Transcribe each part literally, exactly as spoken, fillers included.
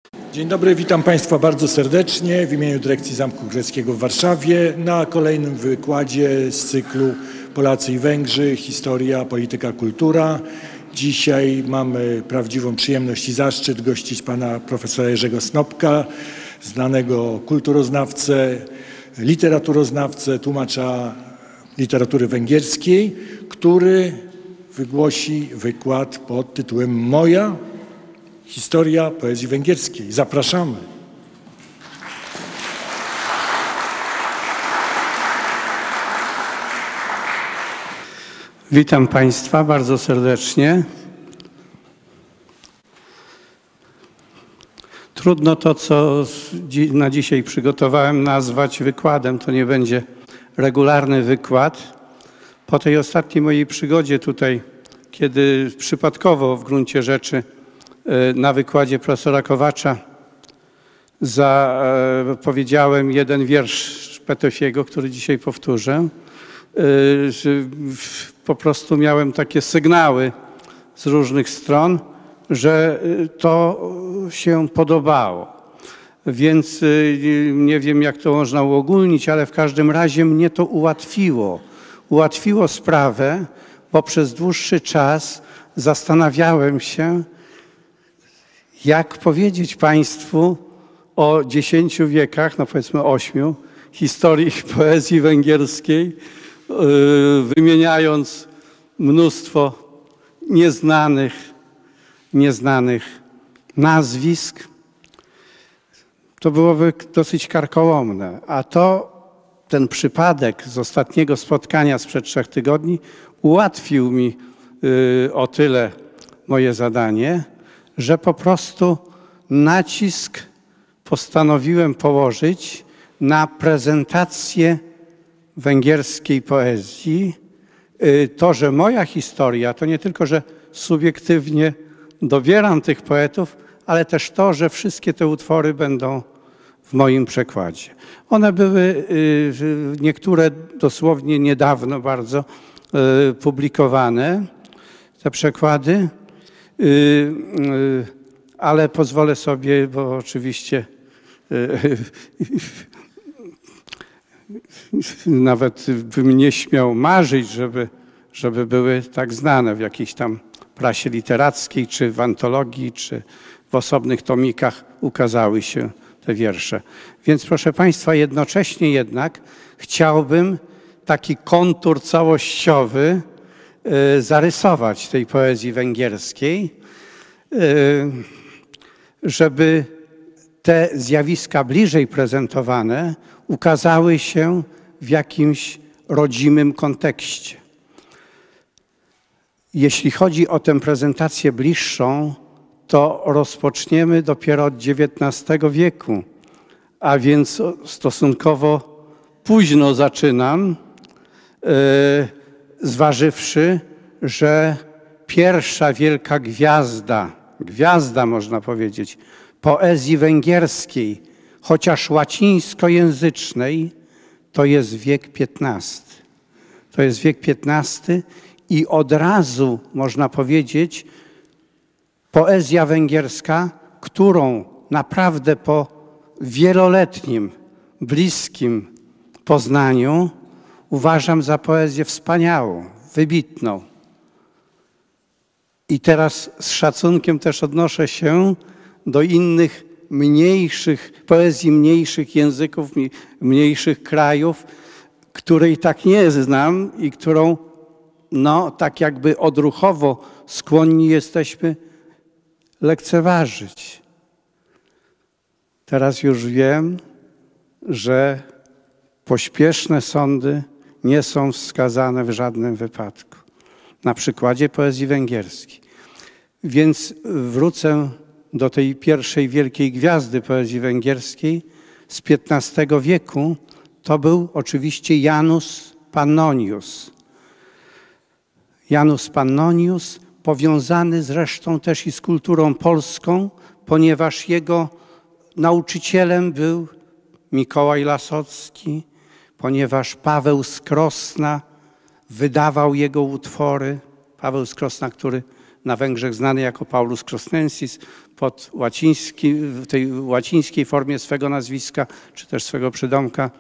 Dzień dobry, witam Państwa bardzo serdecznie w imieniu Dyrekcji Zamku Królewskiego w Warszawie na kolejnym wykładzie z cyklu Polacy i Węgrzy, historia, polityka, kultura. Dzisiaj mamy prawdziwą przyjemność i zaszczyt gościć pana profesora Jerzego Snopka, znanego kulturoznawcę, literaturoznawcę, tłumacza literatury węgierskiej, który wygłosi wykład pod tytułem Moja historia poezji węgierskiej. Zapraszamy. Witam Państwa bardzo serdecznie. Trudno to, co na dzisiaj przygotowałem, nazwać wykładem. To nie będzie regularny wykład. Po tej ostatniej mojej przygodzie tutaj, kiedy przypadkowo w gruncie rzeczy na wykładzie profesora Kowacza zapowiedziałem jeden wiersz Petefiego, który dzisiaj powtórzę. Po prostu miałem takie sygnały z różnych stron, że to się podobało. Więc nie wiem, jak to można uogólnić, ale w każdym razie mnie to ułatwiło. Ułatwiło sprawę, bo przez dłuższy czas zastanawiałem się, jak powiedzieć Państwu o dziesięciu wiekach, no powiedzmy ośmiu, historii poezji węgierskiej, wymieniając mnóstwo nieznanych, nieznanych nazwisk. To byłoby dosyć karkołomne, a to ten przypadek z ostatniego spotkania sprzed trzech tygodni ułatwił mi o tyle moje zadanie, że po prostu nacisk postanowiłem położyć na prezentację węgierskiej poezji. To, że moja historia, to nie tylko, że subiektywnie dobieram tych poetów, ale też to, że wszystkie te utwory będą w moim przekładzie. One były niektóre dosłownie niedawno bardzo publikowane, te przekłady, ale pozwolę sobie, bo oczywiście nawet bym nie śmiał marzyć, żeby, żeby były tak znane w jakiejś tam prasie literackiej, czy w antologii, czy w osobnych tomikach ukazały się te wiersze. Więc proszę Państwa, jednocześnie jednak chciałbym taki kontur całościowy zarysować tej poezji węgierskiej, żeby te zjawiska bliżej prezentowane ukazały się w jakimś rodzimym kontekście. Jeśli chodzi o tę prezentację bliższą, to rozpoczniemy dopiero od dziewiętnastego wieku, a więc stosunkowo późno zaczynam, zważywszy, że pierwsza wielka gwiazda, gwiazda można powiedzieć, poezji węgierskiej, chociaż łacińskojęzycznej, to jest wiek piętnasty. To jest wiek piętnasty i od razu można powiedzieć, poezja węgierska, którą naprawdę po wieloletnim, bliskim poznaniu uważam za poezję wspaniałą, wybitną. I teraz z szacunkiem też odnoszę się do innych mniejszych, poezji mniejszych języków, mniejszych krajów, której tak nie znam i którą no tak jakby odruchowo skłonni jesteśmy lekceważyć. Teraz już wiem, że pośpieszne sądy nie są wskazane w żadnym wypadku. Na przykładzie poezji węgierskiej. Więc wrócę do tej pierwszej wielkiej gwiazdy poezji węgierskiej z piętnastego wieku. To był oczywiście Janus Pannonius. Janus Pannonius, powiązany zresztą też i z kulturą polską, ponieważ jego nauczycielem był Mikołaj Lasocki, ponieważ Paweł z Krosna wydawał jego utwory. Paweł z Krosna, który na Węgrzech znany jako Paulus Krosnensis, pod łaciński, w tej łacińskiej formie swego nazwiska, czy też swego przydomka,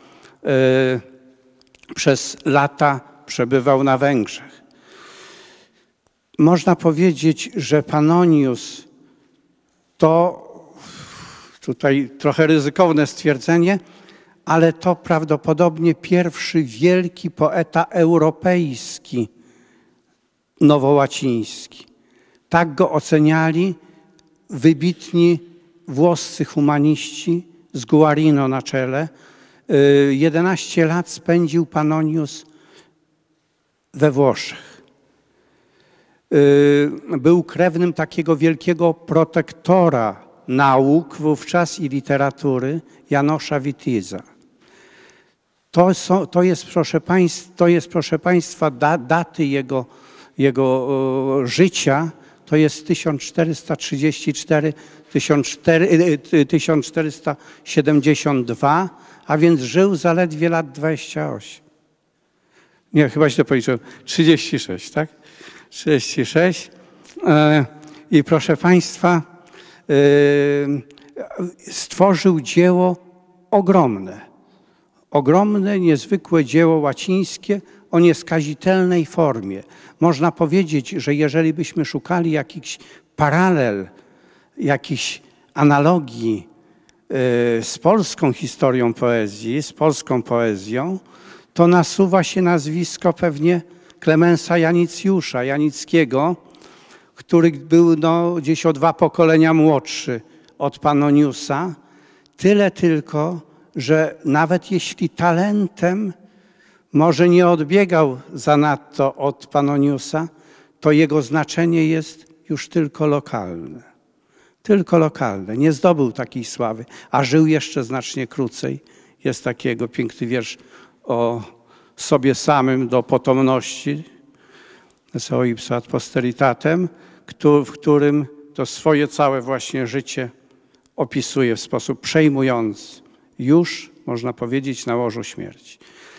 przez lata przebywał na Węgrzech. Można powiedzieć, że Pannonius to, tutaj trochę ryzykowne stwierdzenie, ale to prawdopodobnie pierwszy wielki poeta europejski, nowołaciński. Tak go oceniali wybitni włoscy humaniści z Guarino na czele. jedenaście lat spędził Pannonius we Włoszech. Był krewnym takiego wielkiego protektora nauk wówczas i literatury, Janosza Witiza. To, są, to, jest, proszę państwa, to jest, proszę Państwa, da, daty jego, jego o, życia, to jest tysiąc czterysta trzydzieści cztery do tysiąc czterysta siedemdziesiąt dwa, a więc żył zaledwie lat dwadzieścia osiem. Nie, chyba źle policzyłem. trzydzieści sześć, tak? trzydzieści sześć. I proszę Państwa, stworzył dzieło ogromne. Ogromne, niezwykłe dzieło łacińskie o nieskazitelnej formie. Można powiedzieć, że jeżeli byśmy szukali jakichś paralel, jakichś analogii z polską historią poezji, z polską poezją, to nasuwa się nazwisko pewnie Klemensa Janicjusza, Janickiego, który był no, gdzieś o dwa pokolenia młodszy od Pannoniusa. Tyle tylko, że nawet jeśli talentem może nie odbiegał zanadto od Pannoniusa, to jego znaczenie jest już tylko lokalne. Tylko lokalne. Nie zdobył takiej sławy, a żył jeszcze znacznie krócej. Jest takiego piękny wiersz o sobie samym do potomności, Seu ipso ad posteritatem, w którym to swoje całe właśnie życie opisuje w sposób przejmujący. Już, można powiedzieć, na łożu śmierci.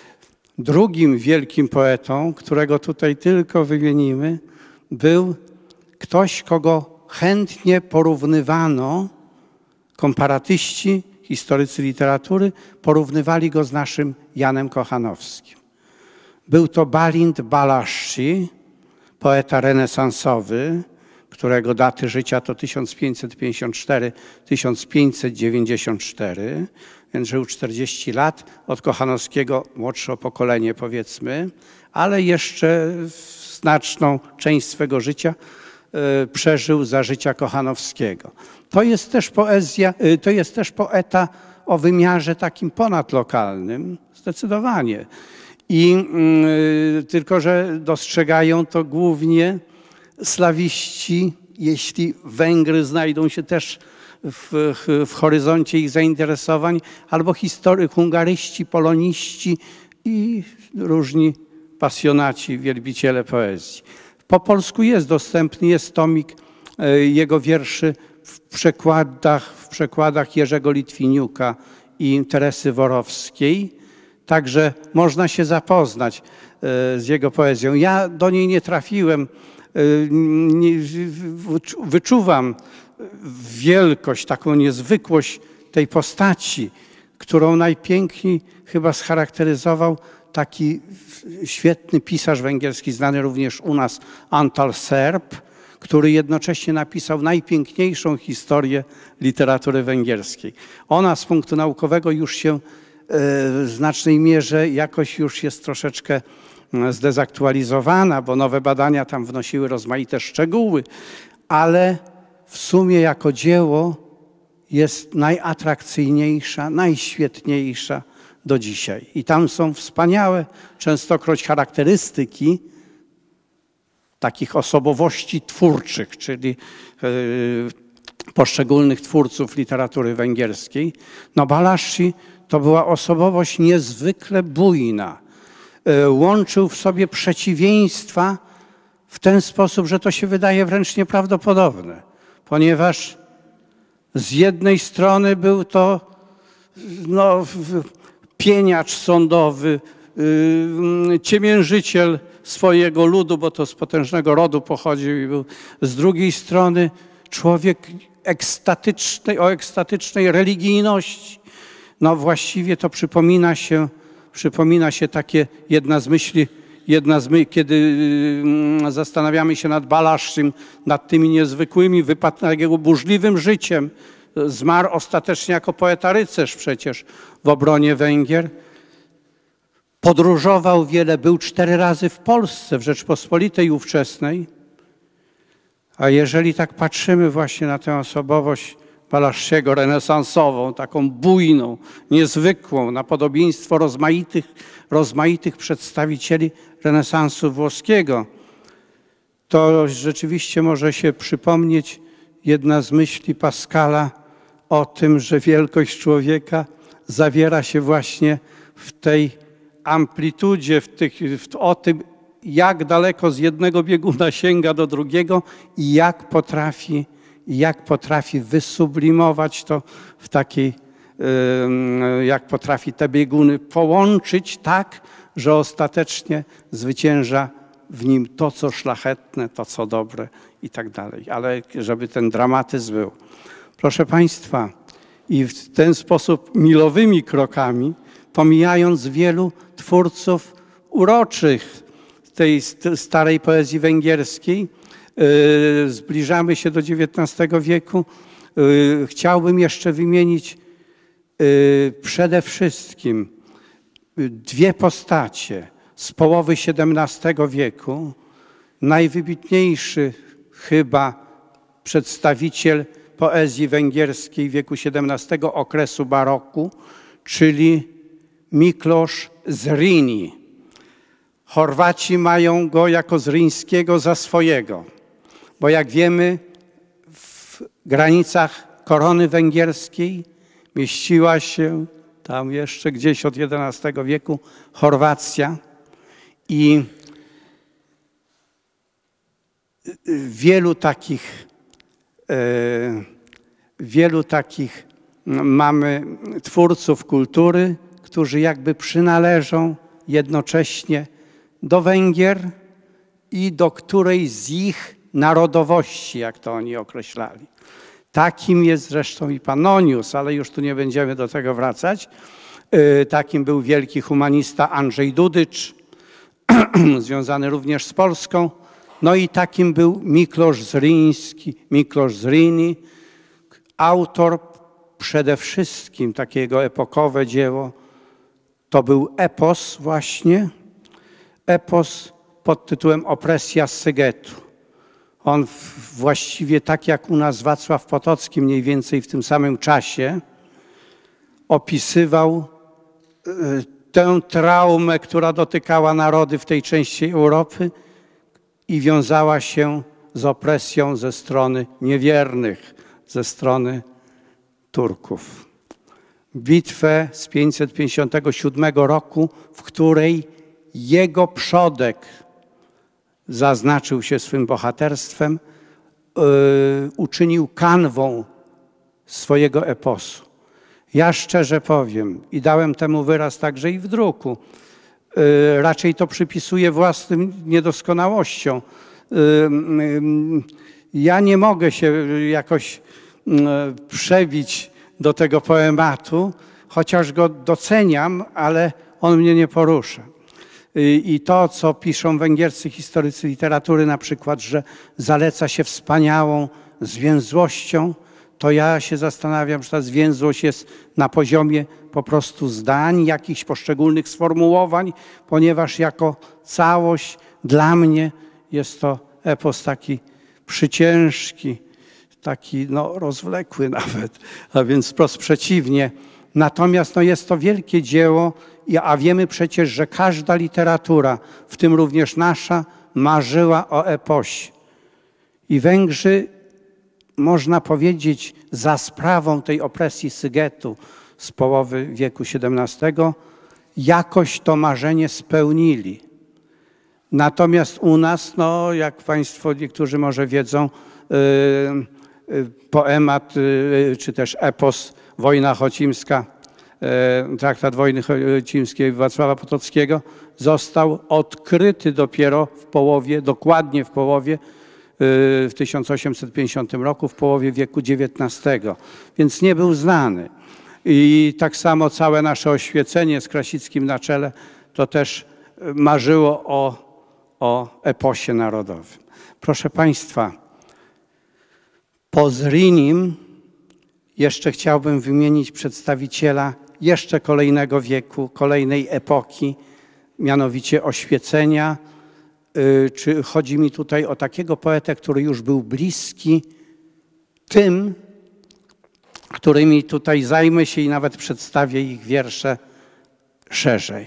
Drugim wielkim poetą, którego tutaj tylko wymienimy, był ktoś, kogo chętnie porównywano, komparatyści, historycy literatury, porównywali go z naszym Janem Kochanowskim. Był to Balint Balaschi, poeta renesansowy, którego daty życia to tysiąc pięćset pięćdziesiąt cztery do tysiąc pięćset dziewięćdziesiąt cztery, więc żył czterdzieści lat, od Kochanowskiego młodsze pokolenie powiedzmy, ale jeszcze znaczną część swego życia przeżył za życia Kochanowskiego. To jest też poezja, to jest też poeta o wymiarze takim ponadlokalnym, zdecydowanie. I y, tylko, że dostrzegają to głównie slawiści, jeśli Węgry znajdą się też w, w horyzoncie ich zainteresowań, albo historycy, hungaryści, poloniści i różni pasjonaci, wielbiciele poezji. Po polsku jest dostępny, jest tomik jego wierszy w przekładach, w przekładach Jerzego Litwiniuka i Teresy Worowskiej. Także można się zapoznać z jego poezją. Ja do niej nie trafiłem, wyczuwam wielkość, taką niezwykłość tej postaci, którą najpiękniej chyba scharakteryzował taki świetny pisarz węgierski, znany również u nas, Antal Serb, który jednocześnie napisał najpiękniejszą historię literatury węgierskiej. Ona z punktu naukowego już się w znacznej mierze jakoś już jest troszeczkę zdezaktualizowana, bo nowe badania tam wnosiły rozmaite szczegóły, ale w sumie jako dzieło jest najatrakcyjniejsza, najświetniejsza do dzisiaj. I tam są wspaniałe, częstokroć charakterystyki takich osobowości twórczych, czyli poszczególnych twórców literatury węgierskiej. No Balaschi to była osobowość niezwykle bujna. Łączył w sobie przeciwieństwa w ten sposób, że to się wydaje wręcz nieprawdopodobne, ponieważ z jednej strony był to no, pieniacz sądowy, ciemiężyciel swojego ludu, bo to z potężnego rodu pochodził i był. Z drugiej strony człowiek ekstatycznej, o ekstatycznej religijności. No właściwie to przypomina się, przypomina się takie jedna z myśli, jedna z my, kiedy yy, zastanawiamy się nad Balaszczym, nad tymi niezwykłymi, wypadkiem, burzliwym życiem. Zmarł ostatecznie jako poeta rycerz przecież w obronie Węgier. Podróżował wiele, był cztery razy w Polsce, w Rzeczpospolitej ówczesnej. A jeżeli tak patrzymy właśnie na tę osobowość Balaszczego, renesansową, taką bujną, niezwykłą, na podobieństwo rozmaitych, rozmaitych przedstawicieli renesansu włoskiego, to rzeczywiście może się przypomnieć jedna z myśli Pascala o tym, że wielkość człowieka zawiera się właśnie w tej amplitudzie, w tych, w, o tym, jak daleko z jednego bieguna sięga do drugiego i jak potrafi, jak potrafi wysublimować to w takiej, jak potrafi te bieguny połączyć tak, że ostatecznie zwycięża w nim to, co szlachetne, to, co dobre i tak dalej. Ale żeby ten dramatyzm był. Proszę Państwa, i w ten sposób milowymi krokami, pomijając wielu twórców uroczych tej starej poezji węgierskiej, yy, zbliżamy się do dziewiętnastego wieku. Yy, chciałbym jeszcze wymienić yy, przede wszystkim dwie postacie z połowy siedemnastego wieku. Najwybitniejszy chyba przedstawiciel poezji węgierskiej wieku siedemnastego, okresu baroku, czyli Miklosz Zrinyi. Chorwaci mają go jako Zrińskiego za swojego, bo jak wiemy, w granicach korony węgierskiej mieściła się tam jeszcze gdzieś od jedenastego wieku Chorwacja i wielu takich, wielu takich mamy twórców kultury, którzy jakby przynależą jednocześnie do Węgier i do której z ich narodowości, jak to oni określali. Takim jest zresztą i Pannonius, ale już tu nie będziemy do tego wracać. Takim był wielki humanista Andrzej Dudycz, związany również z Polską. No i takim był Miklosz Zriński, Miklosz Zrinyi, autor przede wszystkim takiego epokowe dzieło. To był epos właśnie, epos pod tytułem Opresja Sygetu. On właściwie tak jak u nas Wacław Potocki mniej więcej w tym samym czasie opisywał tę traumę, która dotykała narody w tej części Europy i wiązała się z opresją ze strony niewiernych, ze strony Turków. Bitwę z pięćset pięćdziesiątego siódmego roku, w której jego przodek zaznaczył się swym bohaterstwem, yy, uczynił kanwą swojego eposu. Ja szczerze powiem i dałem temu wyraz także i w druku, yy, raczej to przypisuję własnym niedoskonałościom. Yy, yy, ja nie mogę się jakoś yy, przebić do tego poematu, chociaż go doceniam, ale on mnie nie porusza. I to, co piszą węgierscy historycy literatury, na przykład, że zaleca się wspaniałą zwięzłością, to ja się zastanawiam, że ta zwięzłość jest na poziomie po prostu zdań, jakichś poszczególnych sformułowań, ponieważ jako całość dla mnie jest to epos taki przyciężki, taki no, rozwlekły nawet, a więc wprost przeciwnie. Natomiast no, jest to wielkie dzieło, a wiemy przecież, że każda literatura, w tym również nasza, marzyła o eposie. I Węgrzy, można powiedzieć, za sprawą tej opresji Sygetu z połowy wieku siedemnastego jakoś to marzenie spełnili. Natomiast u nas, no, jak Państwo niektórzy może wiedzą, yy, yy, poemat yy, czy też epos Wojna Chocimska, Traktat Wojny Chocimskiej Wacława Potockiego został odkryty dopiero w połowie, dokładnie w połowie w tysiąc osiemset pięćdziesiątym roku, w połowie wieku dziewiętnastego, więc nie był znany. I tak samo całe nasze oświecenie z Krasickim na czele to też marzyło o, o eposie narodowym. Proszę Państwa, po Zrinim jeszcze chciałbym wymienić przedstawiciela jeszcze kolejnego wieku, kolejnej epoki, mianowicie oświecenia. Czy chodzi mi tutaj o takiego poetę, który już był bliski tym, którymi tutaj zajmę się i nawet przedstawię ich wiersze szerzej.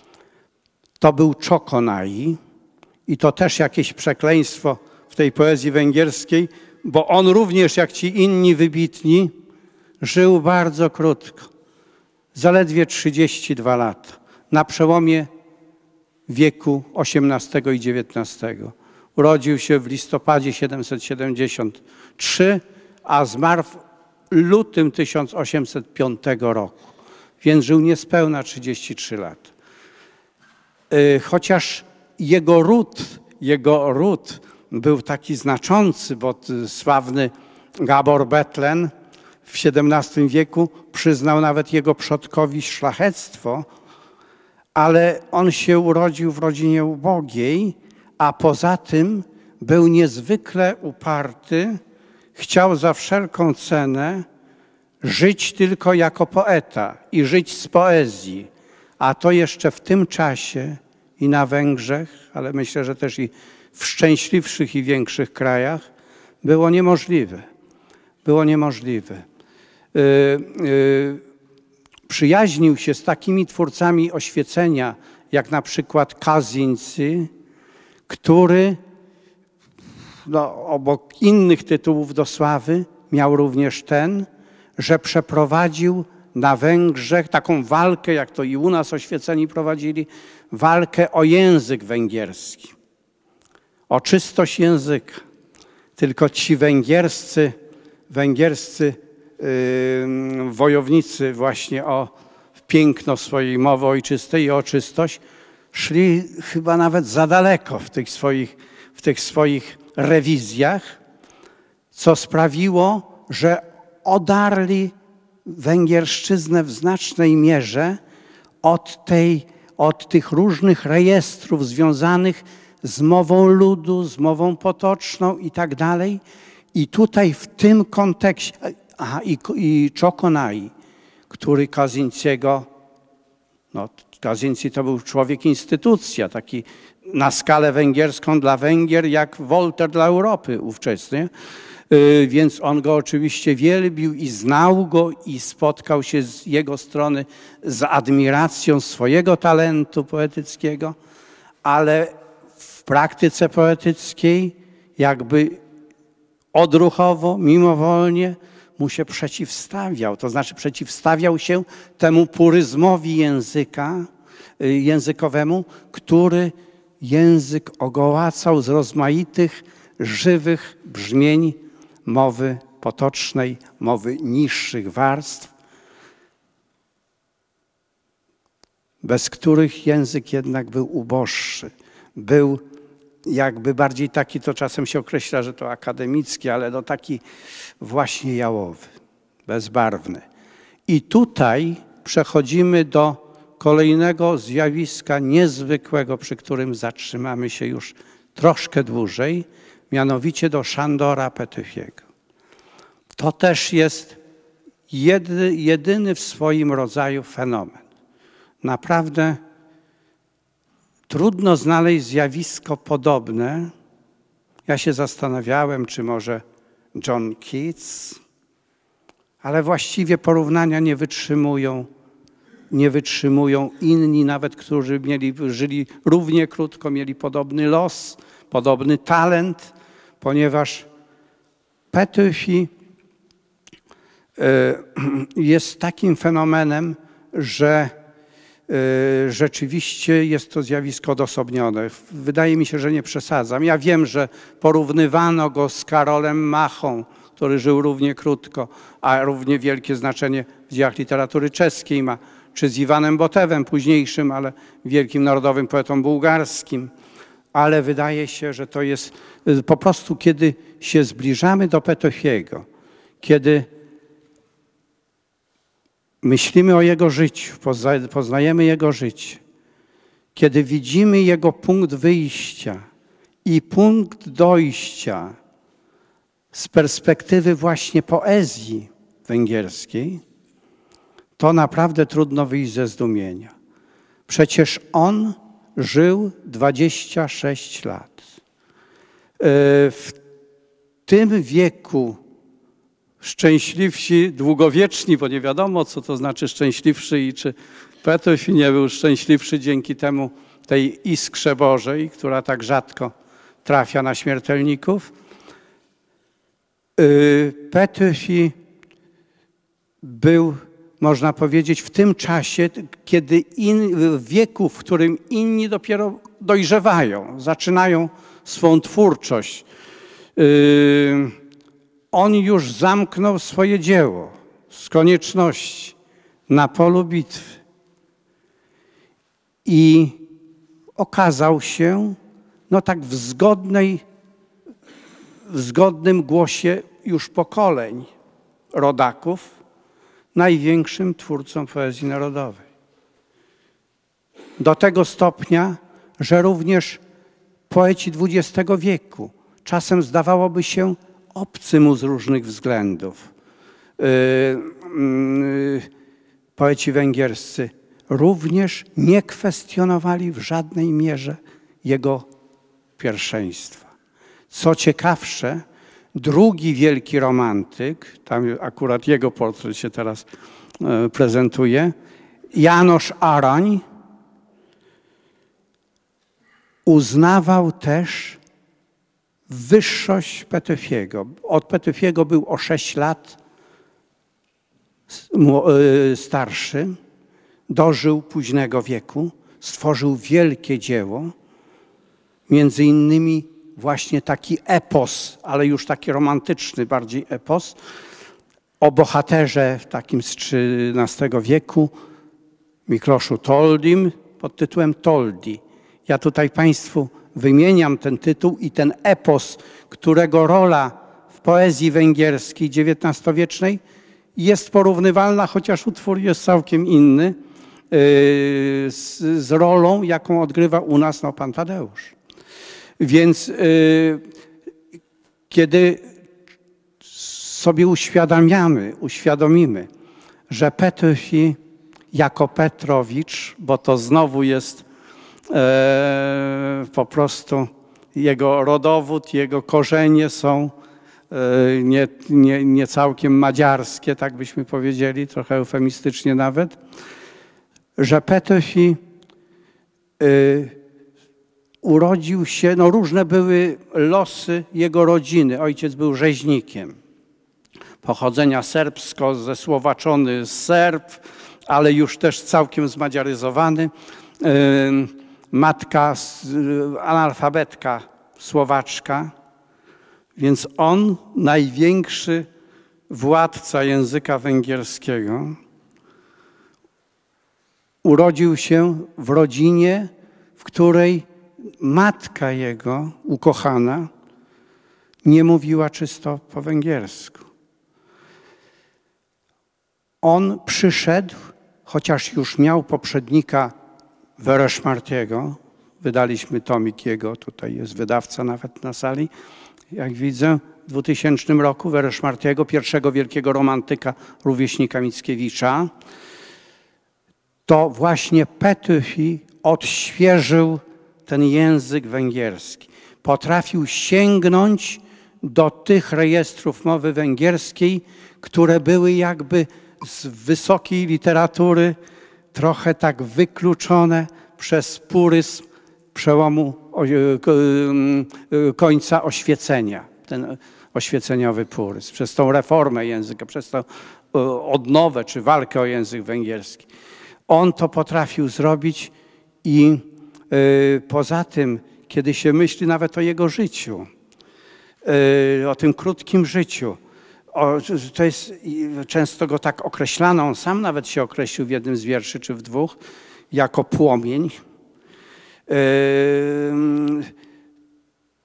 To był Csokonai i to też jakieś przekleństwo w tej poezji węgierskiej, bo on również, jak ci inni wybitni, żył bardzo krótko, zaledwie trzydzieści dwa lata, na przełomie wieku osiemnastego i dziewiętnastego. Urodził się w listopadzie siedemset siedemdziesiątym trzecim, a zmarł w lutym tysiąc osiemset piątego roku, więc żył niespełna trzydzieści trzy lata. Chociaż jego ród, jego ród był taki znaczący, bo sławny Gabor Betlen w siedemnastym wieku przyznał nawet jego przodkowi szlachectwo, ale on się urodził w rodzinie ubogiej, a poza tym był niezwykle uparty, chciał za wszelką cenę żyć tylko jako poeta i żyć z poezji, a to jeszcze w tym czasie i na Węgrzech, ale myślę, że też i w szczęśliwszych i większych krajach było niemożliwe. Było niemożliwe. Yy, yy, przyjaźnił się z takimi twórcami oświecenia, jak na przykład Kazincy, który no, obok innych tytułów do sławy miał również ten, że przeprowadził na Węgrzech taką walkę, jak to i u nas oświeceni prowadzili, walkę o język węgierski, o czystość języka. Tylko ci węgierscy, węgierscy yy, wojownicy właśnie o piękno swojej mowy ojczystej i o czystość szli chyba nawet za daleko w tych swoich, w tych swoich rewizjach, co sprawiło, że odarli węgierszczyznę w znacznej mierze od, tej, od tych różnych rejestrów związanych z mową ludu, z mową potoczną i tak dalej. I tutaj w tym kontekście, aha, i, i Csokonai, który Kazinciego, no Kazinci to był człowiek instytucja, taki na skalę węgierską dla Węgier, jak Voltaire dla Europy ówczesnie. Yy, więc on go oczywiście wielbił i znał go i spotkał się z jego strony z admiracją swojego talentu poetyckiego, ale w praktyce poetyckiej jakby odruchowo, mimowolnie mu się przeciwstawiał. To znaczy przeciwstawiał się temu puryzmowi języka, yy, językowemu, który język ogołacał z rozmaitych, żywych brzmień mowy potocznej, mowy niższych warstw, bez których język jednak był uboższy. Był jakby bardziej taki, to czasem się określa, że to akademicki, ale no taki właśnie jałowy, bezbarwny. I tutaj przechodzimy do kolejnego zjawiska niezwykłego, przy którym zatrzymamy się już troszkę dłużej, mianowicie do Sándora Petőfiego. To też jest jedy, jedyny w swoim rodzaju fenomen. Naprawdę trudno znaleźć zjawisko podobne. Ja się zastanawiałem, czy może John Keats, ale właściwie porównania nie wytrzymują, nie wytrzymują inni, nawet którzy mieli, żyli równie krótko, mieli podobny los, podobny talent, ponieważ Petőfi jest takim fenomenem, że rzeczywiście jest to zjawisko odosobnione. Wydaje mi się, że nie przesadzam. Ja wiem, że porównywano go z Karolem Machą, który żył równie krótko, a równie wielkie znaczenie w dziejach literatury czeskiej ma, czy z Iwanem Botewem późniejszym, ale wielkim narodowym poetą bułgarskim. ale wydaje się, że to jest po prostu, kiedy się zbliżamy do Petofiego, kiedy myślimy o jego życiu, poznajemy jego życie, kiedy widzimy jego punkt wyjścia i punkt dojścia z perspektywy właśnie poezji węgierskiej, to naprawdę trudno wyjść ze zdumienia. Przecież on żył dwadzieścia sześć lat. W tym wieku szczęśliwsi, długowieczni, bo nie wiadomo, co to znaczy szczęśliwszy i czy Petofi nie był szczęśliwszy dzięki temu, tej iskrze Bożej, która tak rzadko trafia na śmiertelników. Petofi był, można powiedzieć, w tym czasie, kiedy in, w wieku, w którym inni dopiero dojrzewają, zaczynają swą twórczość. On już zamknął swoje dzieło z konieczności na polu bitwy i okazał się, no tak w zgodnej, w zgodnym głosie już pokoleń rodaków, największym twórcą poezji narodowej. Do tego stopnia, że również poeci dwudziestego wieku czasem zdawałoby się obcy mu z różnych względów. Poeci węgierscy również nie kwestionowali w żadnej mierze jego pierwszeństwa. Co ciekawsze, drugi wielki romantyk, tam akurat jego portret się teraz prezentuje, János Arany, uznawał też wyższość Petofiego. Od Petofiego był o sześć lat starszy, dożył późnego wieku, stworzył wielkie dzieło, między innymi właśnie taki epos, ale już taki romantyczny bardziej epos, o bohaterze takim z trzynastego wieku, Miklószu Toldim, pod tytułem Toldi. Ja tutaj Państwu wymieniam ten tytuł i ten epos, którego rola w poezji węgierskiej dziewiętnastowiecznej jest porównywalna, chociaż utwór jest całkiem inny, z, z rolą, jaką odgrywa u nas no, pan Tadeusz. Więc yy, kiedy sobie uświadamiamy, uświadomimy, że Petofi jako Petrowicz, bo to znowu jest e, po prostu jego rodowód, jego korzenie są e, nie, nie, nie całkiem madziarskie, tak byśmy powiedzieli, trochę eufemistycznie nawet, że Petofi y, urodził się, no różne były losy jego rodziny. Ojciec był rzeźnikiem, pochodzenia serbsko, zesłowaczony Serb, ale już też całkiem zmadziaryzowany. Y, matka y, analfabetka Słowaczka, więc on, największy władca języka węgierskiego, urodził się w rodzinie, w której matka jego, ukochana, nie mówiła czysto po węgiersku. On przyszedł, chociaż już miał poprzednika Vörösmartyego, wydaliśmy tomik jego, tutaj jest wydawca nawet na sali, jak widzę, w dwutysięcznym roku Vörösmartyego, pierwszego wielkiego romantyka, rówieśnika Mickiewicza. To właśnie Petofi odświeżył ten język węgierski. Potrafił sięgnąć do tych rejestrów mowy węgierskiej, które były jakby z wysokiej literatury trochę tak wykluczone przez puryzm przełomu końca oświecenia, ten oświeceniowy puryzm, przez tą reformę języka, przez tą odnowę czy walkę o język węgierski. On to potrafił zrobić i y, poza tym, kiedy się myśli nawet o jego życiu, y, o tym krótkim życiu, o, to jest, często go tak określano, on sam nawet się określił w jednym z wierszy czy w dwóch, jako płomień. Y,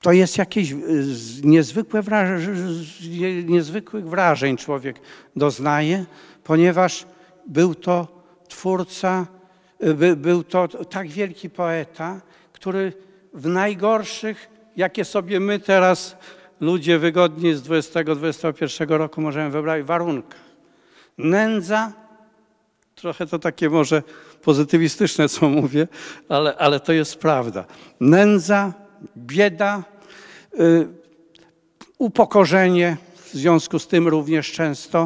to jest jakieś niezwykłe wraż... niezwykłych wrażeń człowiek doznaje, ponieważ był to twórca, by, był to tak wielki poeta, który w najgorszych, jakie sobie my teraz ludzie wygodni z dwudziestego dwudziestego pierwszego roku możemy wybrać warunkach. Nędza, trochę to takie może pozytywistyczne, co mówię, ale, ale to jest prawda. Nędza, bieda, y, upokorzenie, w związku z tym również często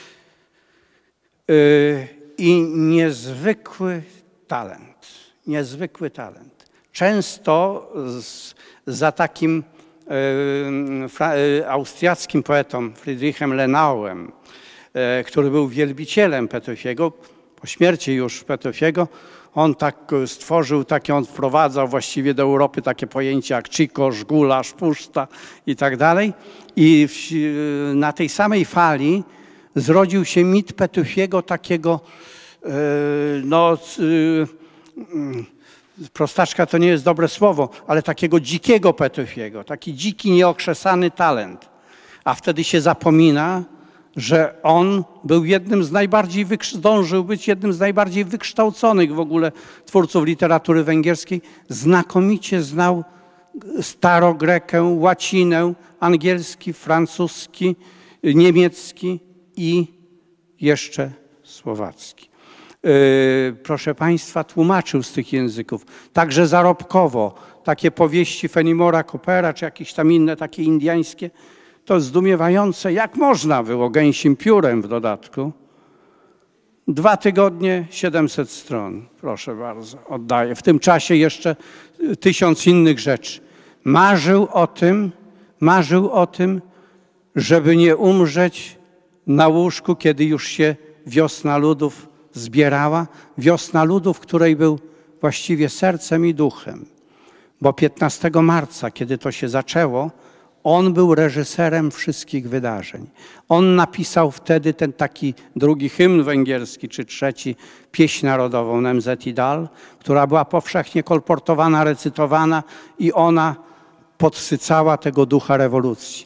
y, i niezwykły talent, niezwykły talent. Często z, za takim y, fra, y, austriackim poetą Friedrichem Lenauem, y, który był wielbicielem Petöfiego, po śmierci już Petöfiego, on tak stworzył, takie on wprowadzał właściwie do Europy takie pojęcia jak cikosz, gulasz, puszta i tak dalej. I w, na tej samej fali zrodził się mit Petöfiego takiego, yy, no, yy, prostaczka to nie jest dobre słowo, ale takiego dzikiego Petöfiego, taki dziki, nieokrzesany talent. A wtedy się zapomina, że on był jednym z najbardziej, zdążył być jednym z najbardziej wykształconych w ogóle twórców literatury węgierskiej. Znakomicie znał starogrekę, łacinę, angielski, francuski, niemiecki i jeszcze słowacki. Proszę Państwa, tłumaczył z tych języków, także zarobkowo. Takie powieści Fenimora Coopera, czy jakieś tam inne takie indiańskie, to zdumiewające, jak można było, gęsim piórem w dodatku. Dwa tygodnie, siedemset stron, proszę bardzo, oddaję. W tym czasie jeszcze tysiąc innych rzeczy. Marzył o tym, marzył o tym, żeby nie umrzeć na łóżku, kiedy już się wiosna ludów zbierała. Wiosna ludów, której był właściwie sercem i duchem. Bo piętnastego marca, kiedy to się zaczęło, on był reżyserem wszystkich wydarzeń. On napisał wtedy ten taki drugi hymn węgierski, czy trzeci, pieśń narodową Nemzet i Dal, która była powszechnie kolportowana, recytowana i ona podsycała tego ducha rewolucji.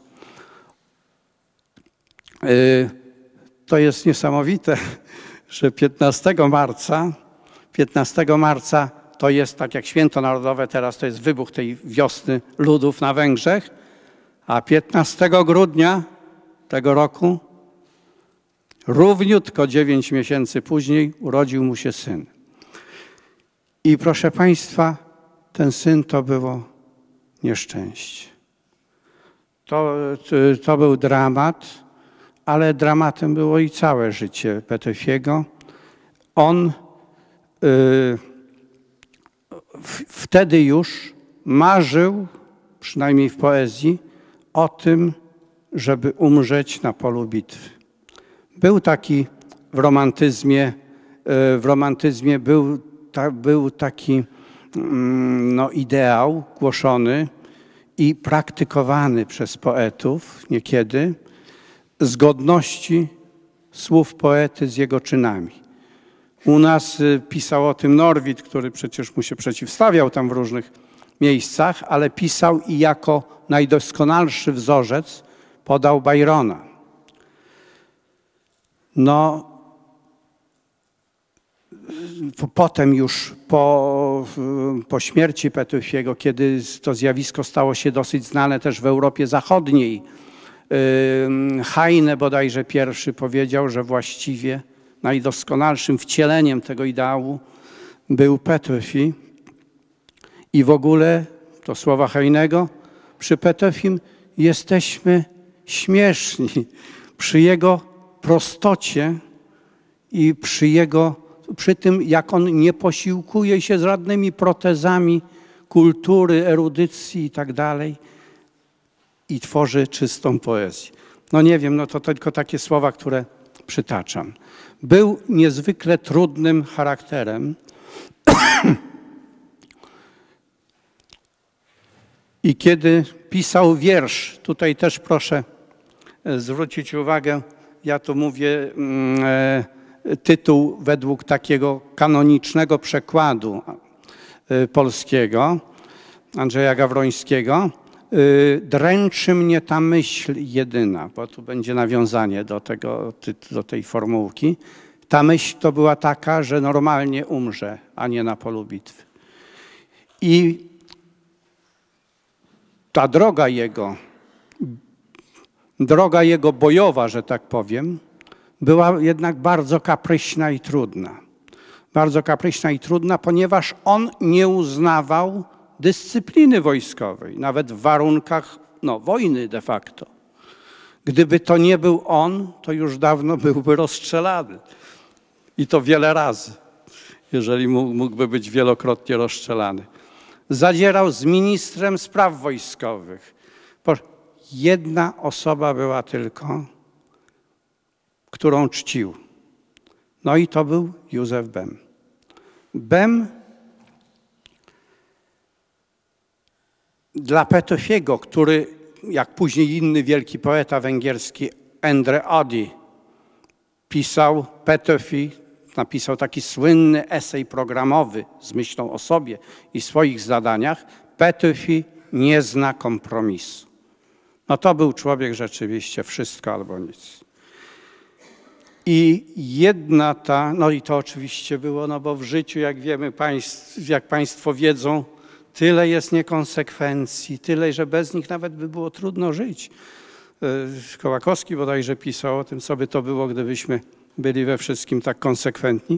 To jest niesamowite, że piętnastego marca, piętnastego marca to jest tak jak święto narodowe, teraz to jest wybuch tej wiosny ludów na Węgrzech, a piętnastego grudnia tego roku, równiutko dziewięć miesięcy później, urodził mu się syn. I proszę Państwa, ten syn to było nieszczęście. To, to był dramat, ale dramatem było i całe życie Petöfiego. On y, w, wtedy już marzył, przynajmniej w poezji, o tym, żeby umrzeć na polu bitwy. Był taki w romantyzmie, w romantyzmie był, ta, był taki no, ideał głoszony i praktykowany przez poetów niekiedy zgodności słów poety z jego czynami. U nas pisał o tym Norwid, który przecież mu się przeciwstawiał tam w różnych miejscach, ale pisał i jako najdoskonalszy wzorzec podał Byrona. No, potem już po, po śmierci Petöfiego, kiedy to zjawisko stało się dosyć znane też w Europie Zachodniej, Heine bodajże pierwszy powiedział, że właściwie najdoskonalszym wcieleniem tego ideału był Petöfi. I w ogóle, to słowa Heinego, przy Petöfim jesteśmy śmieszni. Przy jego prostocie i przy, jego, przy tym, jak on nie posiłkuje się żadnymi protezami kultury, erudycji i tak dalej i tworzy czystą poezję. No nie wiem, no to tylko takie słowa, które przytaczam. Był niezwykle trudnym charakterem. I kiedy pisał wiersz, tutaj też proszę zwrócić uwagę, ja tu mówię e, tytuł według takiego kanonicznego przekładu e, polskiego Andrzeja Gawrońskiego. dręczy mnie ta myśl jedyna, bo tu będzie nawiązanie do, tego, do tej formułki. Ta myśl to była taka, że normalnie umrze, a nie na polu bitwy. I ta droga jego, droga jego bojowa, że tak powiem, była jednak bardzo kapryśna i trudna. Bardzo kapryśna i trudna, ponieważ on nie uznawał dyscypliny wojskowej, nawet w warunkach no, wojny de facto. Gdyby to nie był on, to już dawno byłby rozstrzelany. I to wiele razy, jeżeli mógłby być wielokrotnie rozstrzelany. Zadzierał z ministrem spraw wojskowych. Jedna osoba była tylko, którą czcił. No i to był Józef Bem. Bem dla Petöfiego, który, jak później inny wielki poeta węgierski Endre Ady pisał, Petöfi napisał taki słynny esej programowy z myślą o sobie i swoich zadaniach. Petöfi nie zna kompromisu. No to był człowiek rzeczywiście wszystko albo nic. I jedna ta, no i to oczywiście było, no bo w życiu, jak wiemy, państw, jak państwo wiedzą, tyle jest niekonsekwencji, tyle, że bez nich nawet by było trudno żyć. Kołakowski bodajże pisał o tym, co by to było, gdybyśmy byli we wszystkim tak konsekwentni.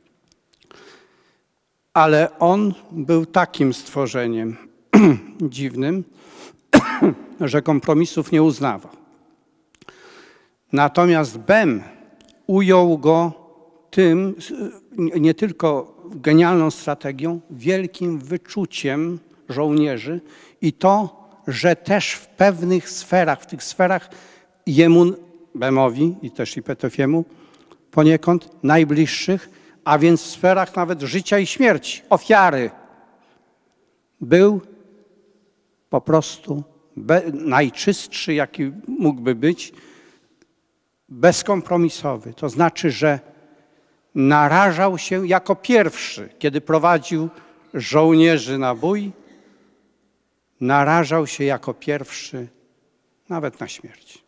Ale on był takim stworzeniem dziwnym, że kompromisów nie uznawał. Natomiast Bem ujął go tym, nie tylko genialną strategią, wielkim wyczuciem żołnierzy i to, że też w pewnych sferach, w tych sferach jemu, Bemowi i też i Petöfiemu poniekąd najbliższych, a więc w sferach nawet życia i śmierci, ofiary, był po prostu be, najczystszy, jaki mógłby być, bezkompromisowy. To znaczy, że narażał się jako pierwszy, kiedy prowadził żołnierzy na bój, narażał się jako pierwszy nawet na śmierć.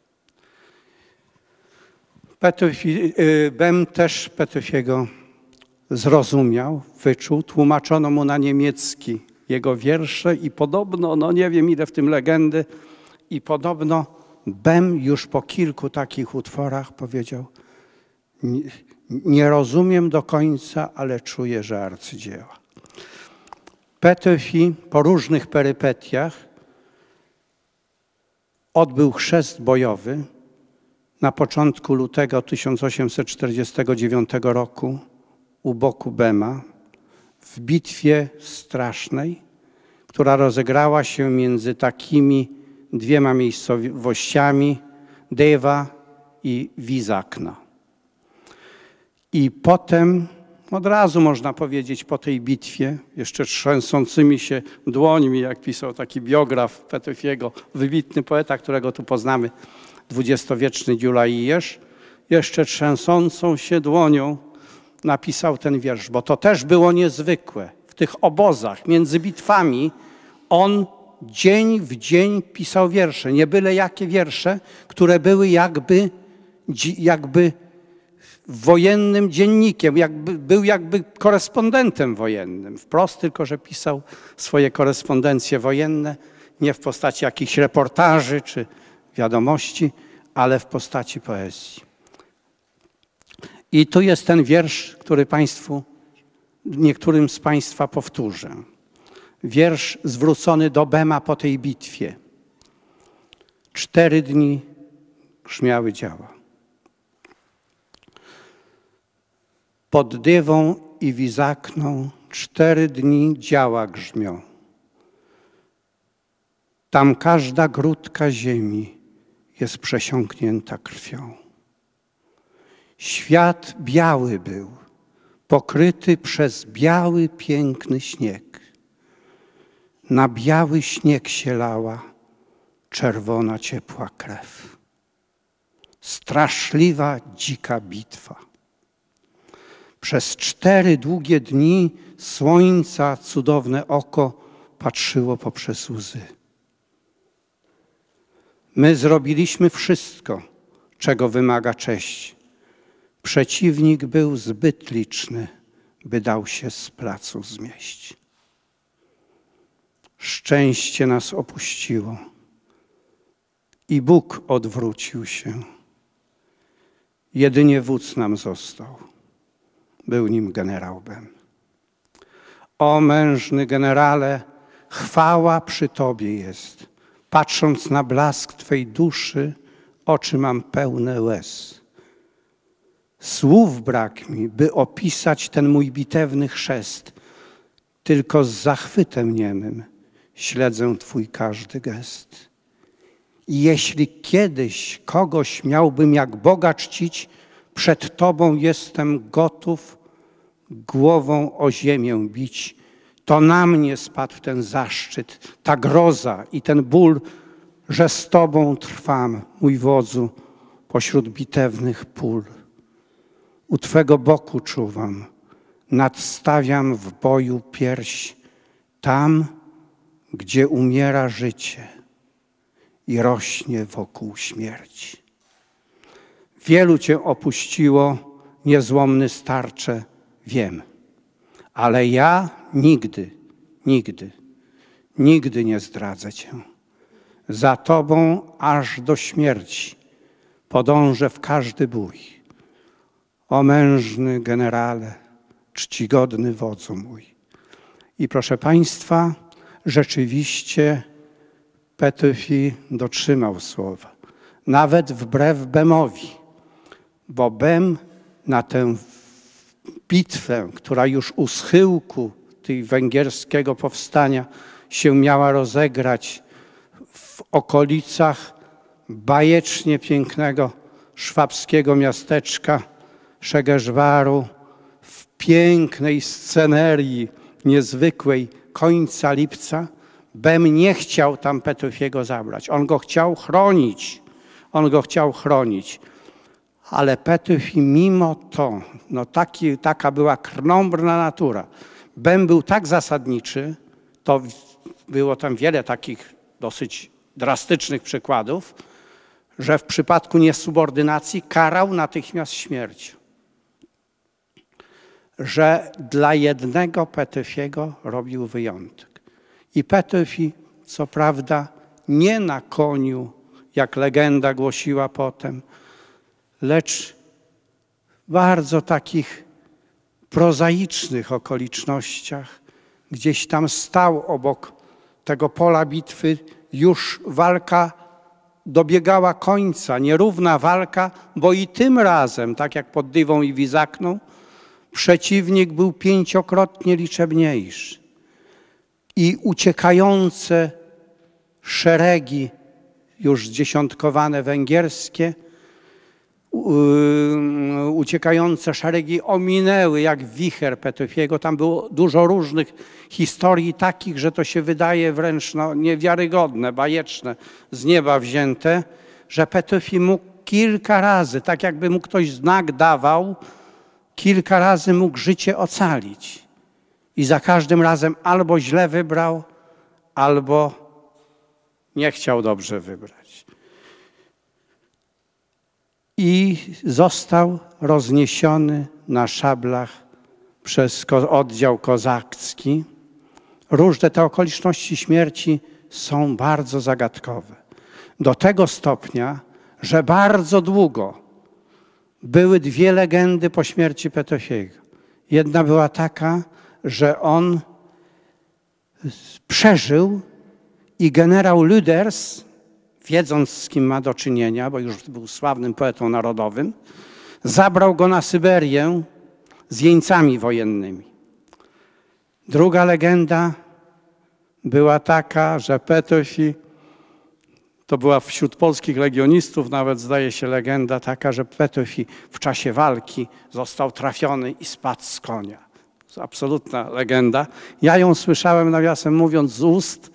Petöfi, Bem też Petöfiego zrozumiał, wyczuł, tłumaczono mu na niemiecki jego wiersze i podobno, no nie wiem ile w tym legendy, i podobno Bem już po kilku takich utworach powiedział: nie, nie rozumiem do końca, ale czuję, że arcydzieła. Petöfi po różnych perypetiach odbył chrzest bojowy na początku lutego tysiąc osiemset czterdziestego dziewiątego roku u boku Bema w bitwie strasznej, która rozegrała się między takimi dwiema miejscowościami, Deva i Wizakna. I potem, od razu można powiedzieć, po tej bitwie, jeszcze trzęsącymi się dłońmi, jak pisał taki biograf Petöfiego, wybitny poeta, którego tu poznamy, dwudziestowieczny Gyulai-Jeż, jeszcze trzęsącą się dłonią napisał ten wiersz, bo to też było niezwykłe. W tych obozach, między bitwami, on dzień w dzień pisał wiersze, nie byle jakie wiersze, które były jakby, jakby wojennym dziennikiem, jakby, był jakby korespondentem wojennym. Wprost tylko, że pisał swoje korespondencje wojenne, nie w postaci jakichś reportaży czy wiadomości, ale w postaci poezji. I tu jest ten wiersz, który Państwu, niektórym z Państwa powtórzę. Wiersz zwrócony do Bema po tej bitwie. Cztery dni grzmiały działa. Pod Dywą i Wizakną cztery dni działa grzmią. Tam każda grudka ziemi jest przesiąknięta krwią. Świat biały był, pokryty przez biały, piękny śnieg. Na biały śnieg się lała czerwona, ciepła krew. Straszliwa, dzika bitwa. Przez cztery długie dni słońca cudowne oko patrzyło poprzez łzy. My zrobiliśmy wszystko, czego wymaga cześć. Przeciwnik był zbyt liczny, by dał się z placu zmieść. Szczęście nas opuściło i Bóg odwrócił się. Jedynie wódz nam został. Był nim generał Bem. O mężny generale, chwała przy Tobie jest. Patrząc na blask Twej duszy, oczy mam pełne łez. Słów brak mi, by opisać ten mój bitewny chrzest. Tylko z zachwytem niemym śledzę Twój każdy gest. I jeśli kiedyś kogoś miałbym jak Boga czcić, przed Tobą jestem gotów głową o ziemię bić. To na mnie spadł ten zaszczyt, ta groza i ten ból, że z Tobą trwam, mój wodzu, pośród bitewnych pól. U Twego boku czuwam, nadstawiam w boju pierś, tam, gdzie umiera życie i rośnie wokół śmierć. Wielu Cię opuściło, niezłomny starcze, wiem, ale ja nigdy, nigdy, nigdy nie zdradzę Cię. Za Tobą aż do śmierci podążę w każdy bój. O mężny generale, czcigodny wodzu mój. I proszę Państwa, rzeczywiście Petöfi dotrzymał słowa, nawet wbrew Bemowi, bo Bem na tę bitwę, która już u schyłku tej węgierskiego powstania się miała rozegrać w okolicach bajecznie pięknego szwabskiego miasteczka Szegerzwaru, w pięknej scenerii niezwykłej końca lipca, Bem nie chciał tam Petöfiego zabrać. On go chciał chronić. On go chciał chronić. Ale Petöfi mimo to, no taki, taka była krnąbrna natura. Bem był tak zasadniczy, to było tam wiele takich dosyć drastycznych przykładów, że w przypadku niesubordynacji karał natychmiast śmiercią. Że dla jednego Petöfiego robił wyjątek. I Petöfi, co prawda, nie na koniu, jak legenda głosiła potem, lecz w bardzo takich prozaicznych okolicznościach, gdzieś tam stał obok tego pola bitwy, już walka dobiegała końca, nierówna walka, bo i tym razem, tak jak pod Dywą i Wizakną, przeciwnik był pięciokrotnie liczebniejszy. I uciekające szeregi, już zdziesiątkowane węgierskie, uciekające szeregi ominęły jak wicher Petöfiego. Tam było dużo różnych historii takich, że to się wydaje wręcz no, niewiarygodne, bajeczne, z nieba wzięte, że Petöfi mógł kilka razy, tak jakby mu ktoś znak dawał, kilka razy mógł życie ocalić. I za każdym razem albo źle wybrał, albo nie chciał dobrze wybrać. I został rozniesiony na szablach przez oddział kozacki. Różne te okoliczności śmierci są bardzo zagadkowe. Do tego stopnia, że bardzo długo były dwie legendy po śmierci Petöfiego. Jedna była taka, że on przeżył i generał Lüders, wiedząc z kim ma do czynienia, bo już był sławnym poetą narodowym, zabrał go na Syberię z jeńcami wojennymi. Druga legenda była taka, że Petöfi, to była wśród polskich legionistów nawet zdaje się legenda taka, że Petöfi w czasie walki został trafiony i spadł z konia. To absolutna legenda. Ja ją słyszałem, nawiasem mówiąc, z ust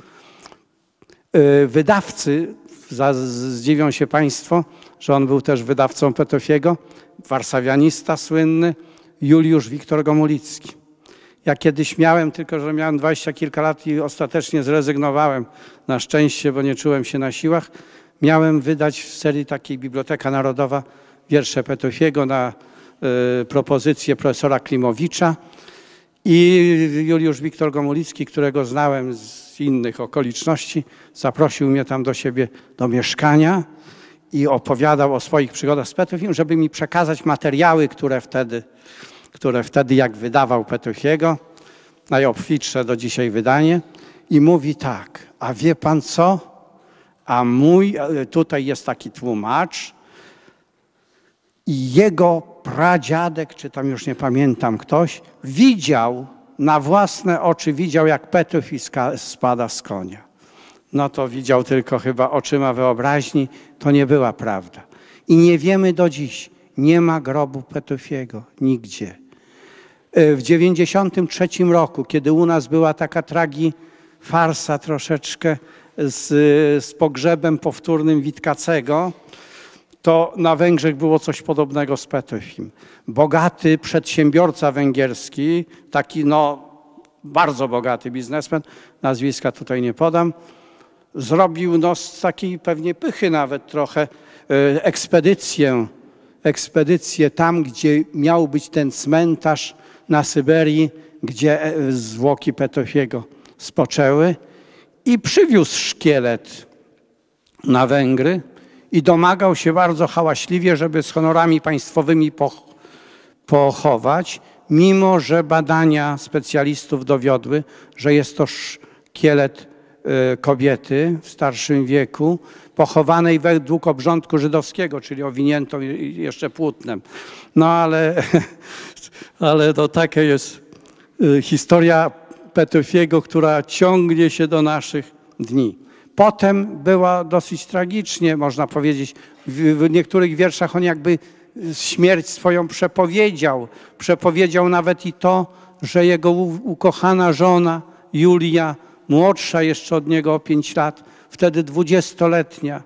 wydawcy, zdziwią się Państwo, że on był też wydawcą Petöfiego, warszawianista słynny, Juliusz Wiktor Gomulicki. Ja kiedyś miałem, tylko że miałem dwadzieścia kilka lat i ostatecznie zrezygnowałem na szczęście, bo nie czułem się na siłach. miałem wydać w serii takiej Biblioteka Narodowa wiersze Petufiego na y, propozycję profesora Klimowicza i Juliusz Wiktor Gomulicki, którego znałem z innych okoliczności, zaprosił mnie tam do siebie do mieszkania i opowiadał o swoich przygodach z Petufim, żeby mi przekazać materiały, które wtedy, które wtedy jak wydawał Petufiego, najobfitsze do dzisiaj wydanie. I mówi tak, a wie pan co? A mój, tutaj jest taki tłumacz i jego pradziadek, czy tam już nie pamiętam ktoś, widział, na własne oczy widział, jak Petufi spada z konia. No to widział tylko chyba oczyma wyobraźni, to nie była prawda. I nie wiemy do dziś, nie ma grobu Petufiego nigdzie. W dziewięćdziesiątym trzecim roku, kiedy u nas była taka tragi farsa troszeczkę z, z pogrzebem powtórnym Witkacego, to na Węgrzech było coś podobnego z Petufim. Bogaty przedsiębiorca węgierski, taki no bardzo bogaty biznesmen, nazwiska tutaj nie podam, zrobił no z takiej pewnie pychy nawet trochę ekspedycję, ekspedycję tam, gdzie miał być ten cmentarz na Syberii, gdzie zwłoki Petufiego spoczęły i przywiózł szkielet na Węgry i domagał się bardzo hałaśliwie, żeby z honorami państwowymi pochować, mimo że badania specjalistów dowiodły, że jest to szkielet kobiety w starszym wieku, pochowanej według obrządku żydowskiego, czyli owinięto jeszcze płótnem. No ale, ale to taka jest historia Petufiego, która ciągnie się do naszych dni. Potem była dosyć tragicznie, można powiedzieć. W niektórych wierszach on jakby śmierć swoją przepowiedział. Przepowiedział nawet i to, że jego ukochana żona Julia, młodsza jeszcze od niego o pięć lat, wtedy dwudziestoletnia,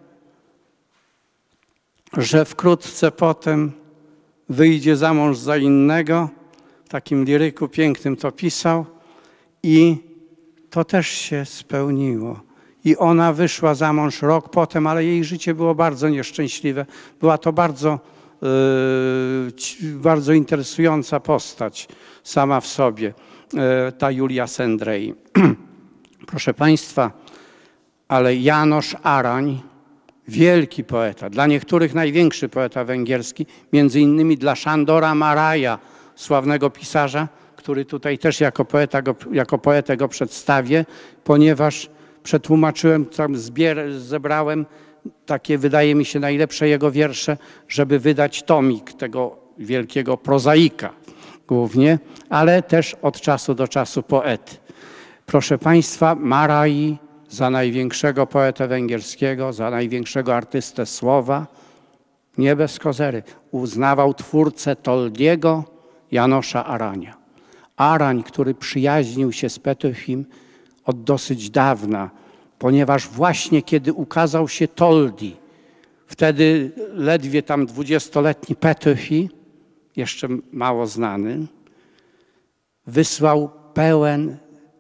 że wkrótce potem wyjdzie za mąż za innego. W takim liryku pięknym to pisał i to też się spełniło. I ona wyszła za mąż rok potem, ale jej życie było bardzo nieszczęśliwe. Była to bardzo, yy, bardzo interesująca postać sama w sobie, yy, ta Julia Sendrei. Proszę Państwa, ale János Arany, wielki poeta, dla niektórych największy poeta węgierski, między innymi dla Sándora Máraja, sławnego pisarza, który tutaj też jako, poeta go, jako poetę go przedstawię, ponieważ przetłumaczyłem, tam zbier, zebrałem takie, wydaje mi się, najlepsze jego wiersze, żeby wydać tomik tego wielkiego prozaika głównie, ale też od czasu do czasu poety. Proszę Państwa, Márai za największego poetę węgierskiego, za największego artystę słowa, nie bez kozery, uznawał twórcę Toldiego, Jánosa Aranya. Arany, który przyjaźnił się z Petufim od dosyć dawna, ponieważ właśnie kiedy ukazał się Toldi, wtedy ledwie tam dwudziestoletni Petufi, jeszcze mało znany, wysłał pełen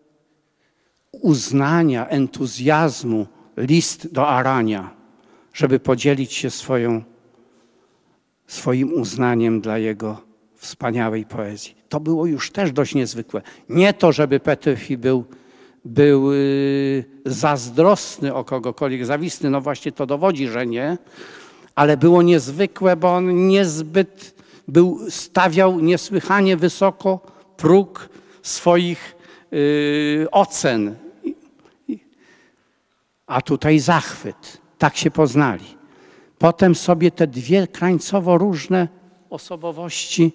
uznania, entuzjazmu list do Arania, żeby podzielić się swoją, swoim uznaniem dla jego wspaniałej poezji. To było już też dość niezwykłe. Nie to, żeby Petufi był, był zazdrosny o kogokolwiek, zawisny, no właśnie to dowodzi, że nie, ale było niezwykłe, bo on niezbyt był, stawiał niesłychanie wysoko próg swoich yy, ocen. A tutaj zachwyt. Tak się poznali. Potem sobie te dwie krańcowo różne osobowości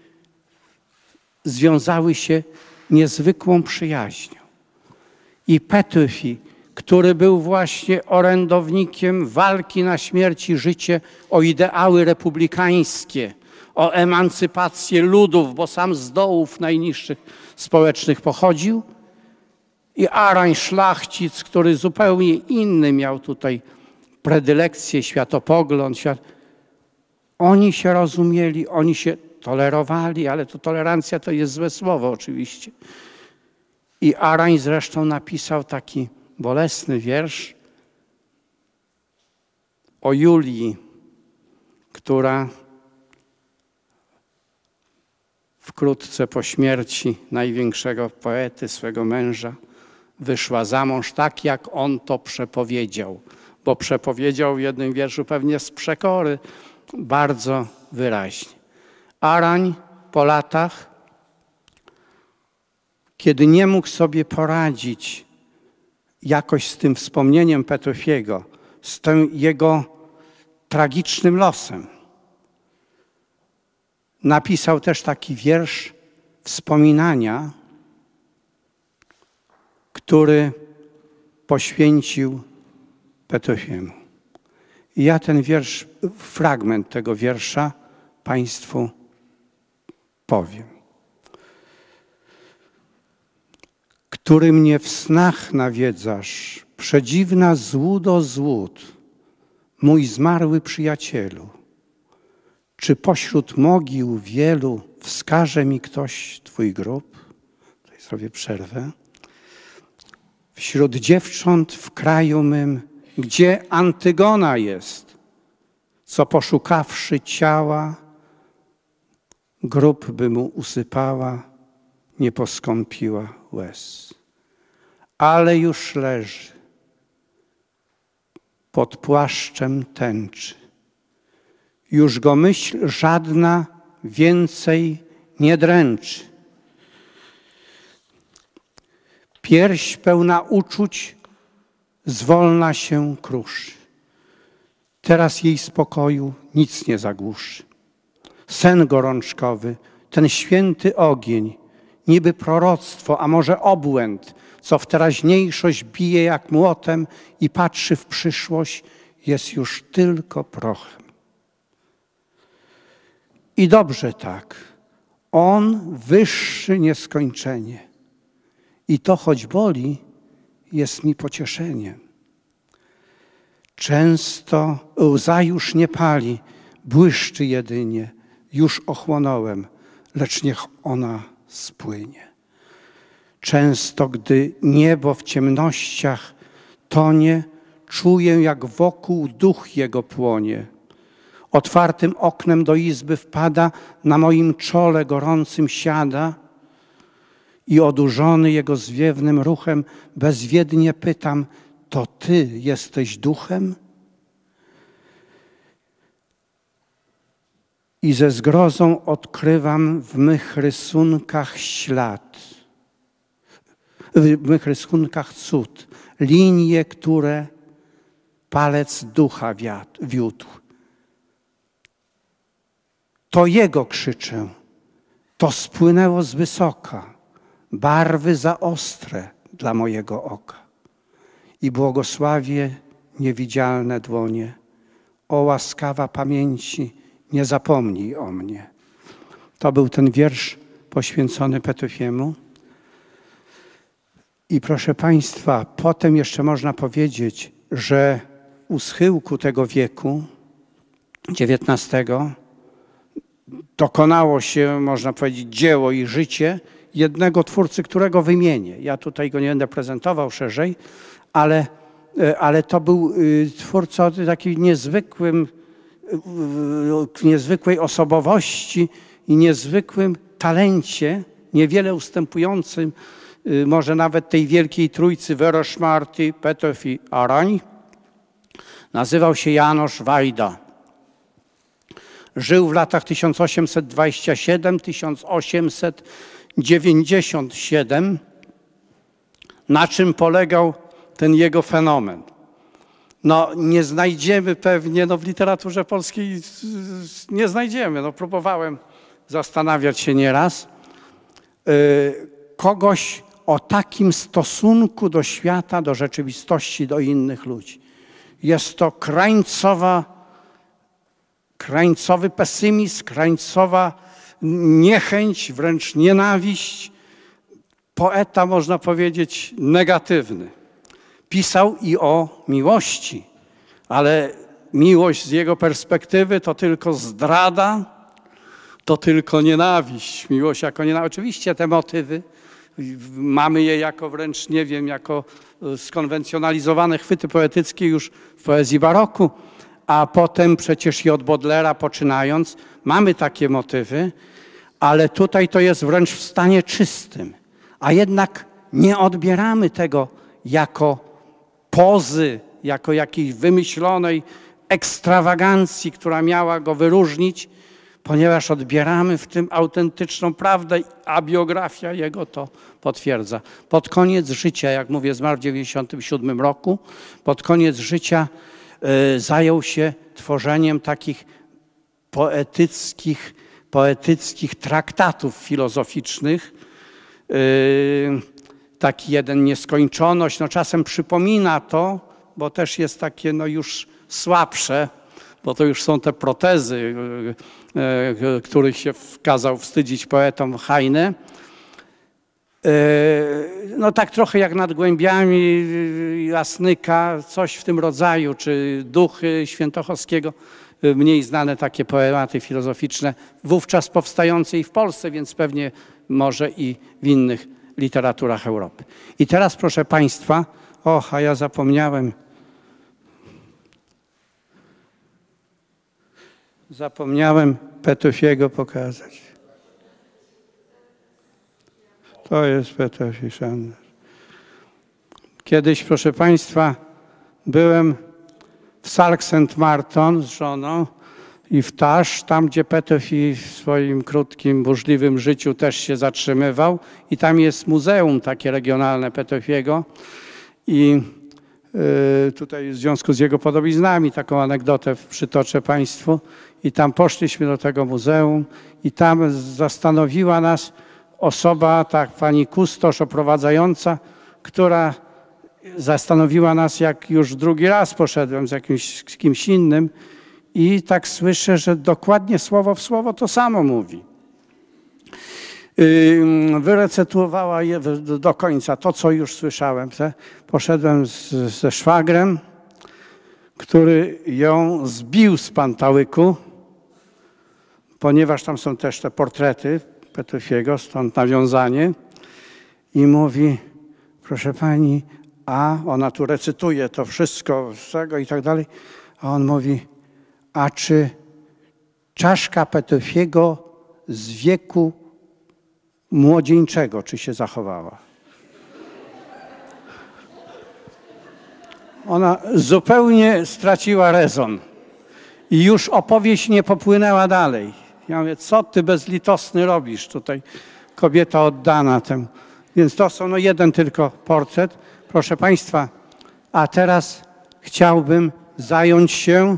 związały się niezwykłą przyjaźnią. I Petufi, który był właśnie orędownikiem walki na śmierć i życie o ideały republikańskie, o emancypację ludów, bo sam z dołów najniższych społecznych pochodził, i Arań, szlachcic, który zupełnie inny miał tutaj predylekcję, światopogląd. Świat... Oni się rozumieli, oni się tolerowali, ale to tolerancja to jest złe słowo oczywiście. I Arań zresztą napisał taki bolesny wiersz. o Julii, która wkrótce po śmierci największego poety, swego męża, wyszła za mąż tak, jak on to przepowiedział, bo przepowiedział w jednym wierszu pewnie z przekory bardzo wyraźnie. Arań po latach, kiedy nie mógł sobie poradzić jakoś z tym wspomnieniem Petöfiego, z tym jego tragicznym losem, napisał też taki wiersz wspominania, który poświęcił Petöfiemu. I ja ten wiersz, fragment tego wiersza Państwu powiem. Który mnie w snach nawiedzasz, przedziwna złudo złud, mój zmarły przyjacielu. Czy pośród mogił wielu wskaże mi ktoś Twój grób? Tutaj zrobię przerwę. Wśród dziewcząt w kraju mym, gdzie Antygona jest, co poszukawszy ciała, grób by mu usypała, nie poskąpiła łez. Ale już leży pod płaszczem tęczy. Już go myśl żadna więcej nie dręczy. Pierś pełna uczuć zwolna się kruszy. Teraz jej spokoju nic nie zagłuszy. Sen gorączkowy, ten święty ogień, niby proroctwo, a może obłęd, co w teraźniejszość bije jak młotem i patrzy w przyszłość, jest już tylko prochem. I dobrze tak. On wyższy nieskończenie. I to, choć boli, jest mi pocieszeniem. Często łza już nie pali, błyszczy jedynie. Już ochłonąłem, lecz niech ona spłynie. Często, gdy niebo w ciemnościach tonie, czuję, jak wokół duch jego płonie. Otwartym oknem do izby wpada, na moim czole gorącym siada i odurzony jego zwiewnym ruchem bezwiednie pytam, to ty jesteś duchem? I ze zgrozą odkrywam w mych rysunkach ślad, w mych rysunkach cud, linie, które palec ducha wiódł. To jego krzyczę, to spłynęło z wysoka, barwy za ostre dla mojego oka. I błogosławię niewidzialne dłonie, o łaskawa pamięci, nie zapomnij o mnie. To był ten wiersz poświęcony Petöfiemu. I proszę Państwa, potem jeszcze można powiedzieć, że u schyłku tego wieku dziewiętnastego dokonało się, można powiedzieć, dzieło i życie jednego twórcy, którego wymienię. Ja tutaj go nie będę prezentował szerzej, ale, ale to był twórca o takiej niezwykłym, niezwykłej osobowości i niezwykłym talencie, niewiele ustępującym może nawet tej wielkiej trójcy Werosz Marty, Petöfi, Arany. Nazywał się János Wajda. Żył w latach tysiąc osiemset dwudziestym siódmym do tysiąc osiemset dziewięćdziesiątego siódmego. Na czym polegał ten jego fenomen? No nie znajdziemy pewnie, no w literaturze polskiej nie znajdziemy, no próbowałem zastanawiać się nieraz, yy, kogoś o takim stosunku do świata, do rzeczywistości, do innych ludzi. Jest to krańcowa, krańcowy pesymizm, krańcowa niechęć, wręcz nienawiść. Poeta, można powiedzieć, negatywny. Pisał i o miłości, ale miłość z jego perspektywy to tylko zdrada, to tylko nienawiść. Miłość jako nienawiść. Oczywiście te motywy, mamy je jako wręcz, nie wiem, jako skonwencjonalizowane chwyty poetyckie już w poezji baroku, a potem przecież i od Baudelaira poczynając mamy takie motywy, ale tutaj to jest wręcz w stanie czystym. A jednak nie odbieramy tego jako pozy, jako jakiejś wymyślonej ekstrawagancji, która miała go wyróżnić, ponieważ odbieramy w tym autentyczną prawdę, a biografia jego to potwierdza. Pod koniec życia, jak mówię, zmarł w dziewięćdziesiątym siódmym roku, pod koniec życia y, zajął się tworzeniem takich poetyckich, poetyckich traktatów filozoficznych. Yy, taki jeden nieskończoność, no czasem przypomina to, bo też jest takie no już słabsze, bo to już są te protezy, yy, yy, których się kazał wstydzić poetom Heine. Yy, no tak trochę jak nad głębiami Jasnyka, coś w tym rodzaju, czy Duchy Świętochowskiego. Mniej znane takie poematy filozoficzne, wówczas powstające i w Polsce, więc pewnie może i w innych literaturach Europy. I teraz, proszę Państwa, och, a ja zapomniałem, zapomniałem Petufiego pokazać. To jest Petufi Szandor. Kiedyś, proszę Państwa, byłem w Salk-Saint-Martin z żoną i w Tasz, tam gdzie Petufi w swoim krótkim, burzliwym życiu też się zatrzymywał. I tam jest muzeum takie regionalne Petufiego. I y, tutaj w związku z jego podobiznami taką anegdotę przytoczę Państwu. I tam poszliśmy do tego muzeum i tam zastanowiła nas osoba, tak pani kustosz oprowadzająca, która zastanowiła nas, jak już drugi raz poszedłem z jakimś z kimś innym i tak słyszę, że dokładnie słowo w słowo to samo mówi. Wyrecytowała do końca to, co już słyszałem. Poszedłem z, ze szwagrem, który ją zbił z pantałyku, ponieważ tam są też te portrety Petufiego, stąd nawiązanie. I mówi, proszę pani, a ona tu recytuje to wszystko z tego i tak dalej, a on mówi, a czy czaszka Petufiego z wieku młodzieńczego, czy się zachowała? Ona zupełnie straciła rezon i już opowieść nie popłynęła dalej. Ja mówię, co ty bezlitosny robisz tutaj, kobieta oddana temu. Więc to są no jeden tylko portret. Proszę Państwa, a teraz chciałbym zająć się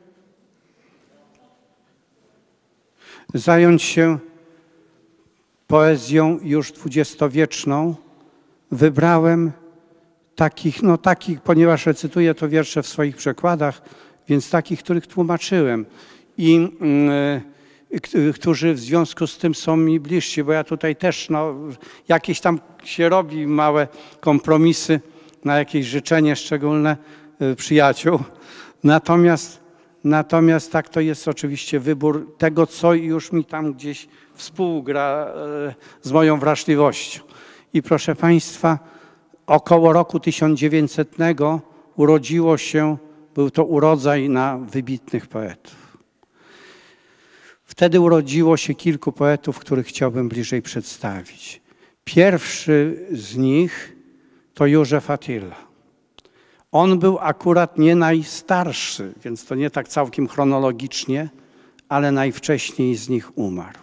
zająć się poezją już dwudziestowieczną. Wybrałem takich, no takich, ponieważ recytuję to wiersze w swoich przekładach, więc takich, których tłumaczyłem i y, którzy w związku z tym są mi bliżsi, bo ja tutaj też no, jakieś tam się robi małe kompromisy na jakieś życzenie szczególne y, przyjaciół. Natomiast, natomiast tak to jest oczywiście wybór tego, co już mi tam gdzieś współgra y, z moją wrażliwością. I proszę Państwa, około roku tysiąc dziewięćsetnego urodziło się, był to urodzaj na wybitnych poetów. Wtedy urodziło się kilku poetów, których chciałbym bliżej przedstawić. Pierwszy z nich to Józef Attila. On był akurat nie najstarszy, więc to nie tak całkiem chronologicznie, ale najwcześniej z nich umarł.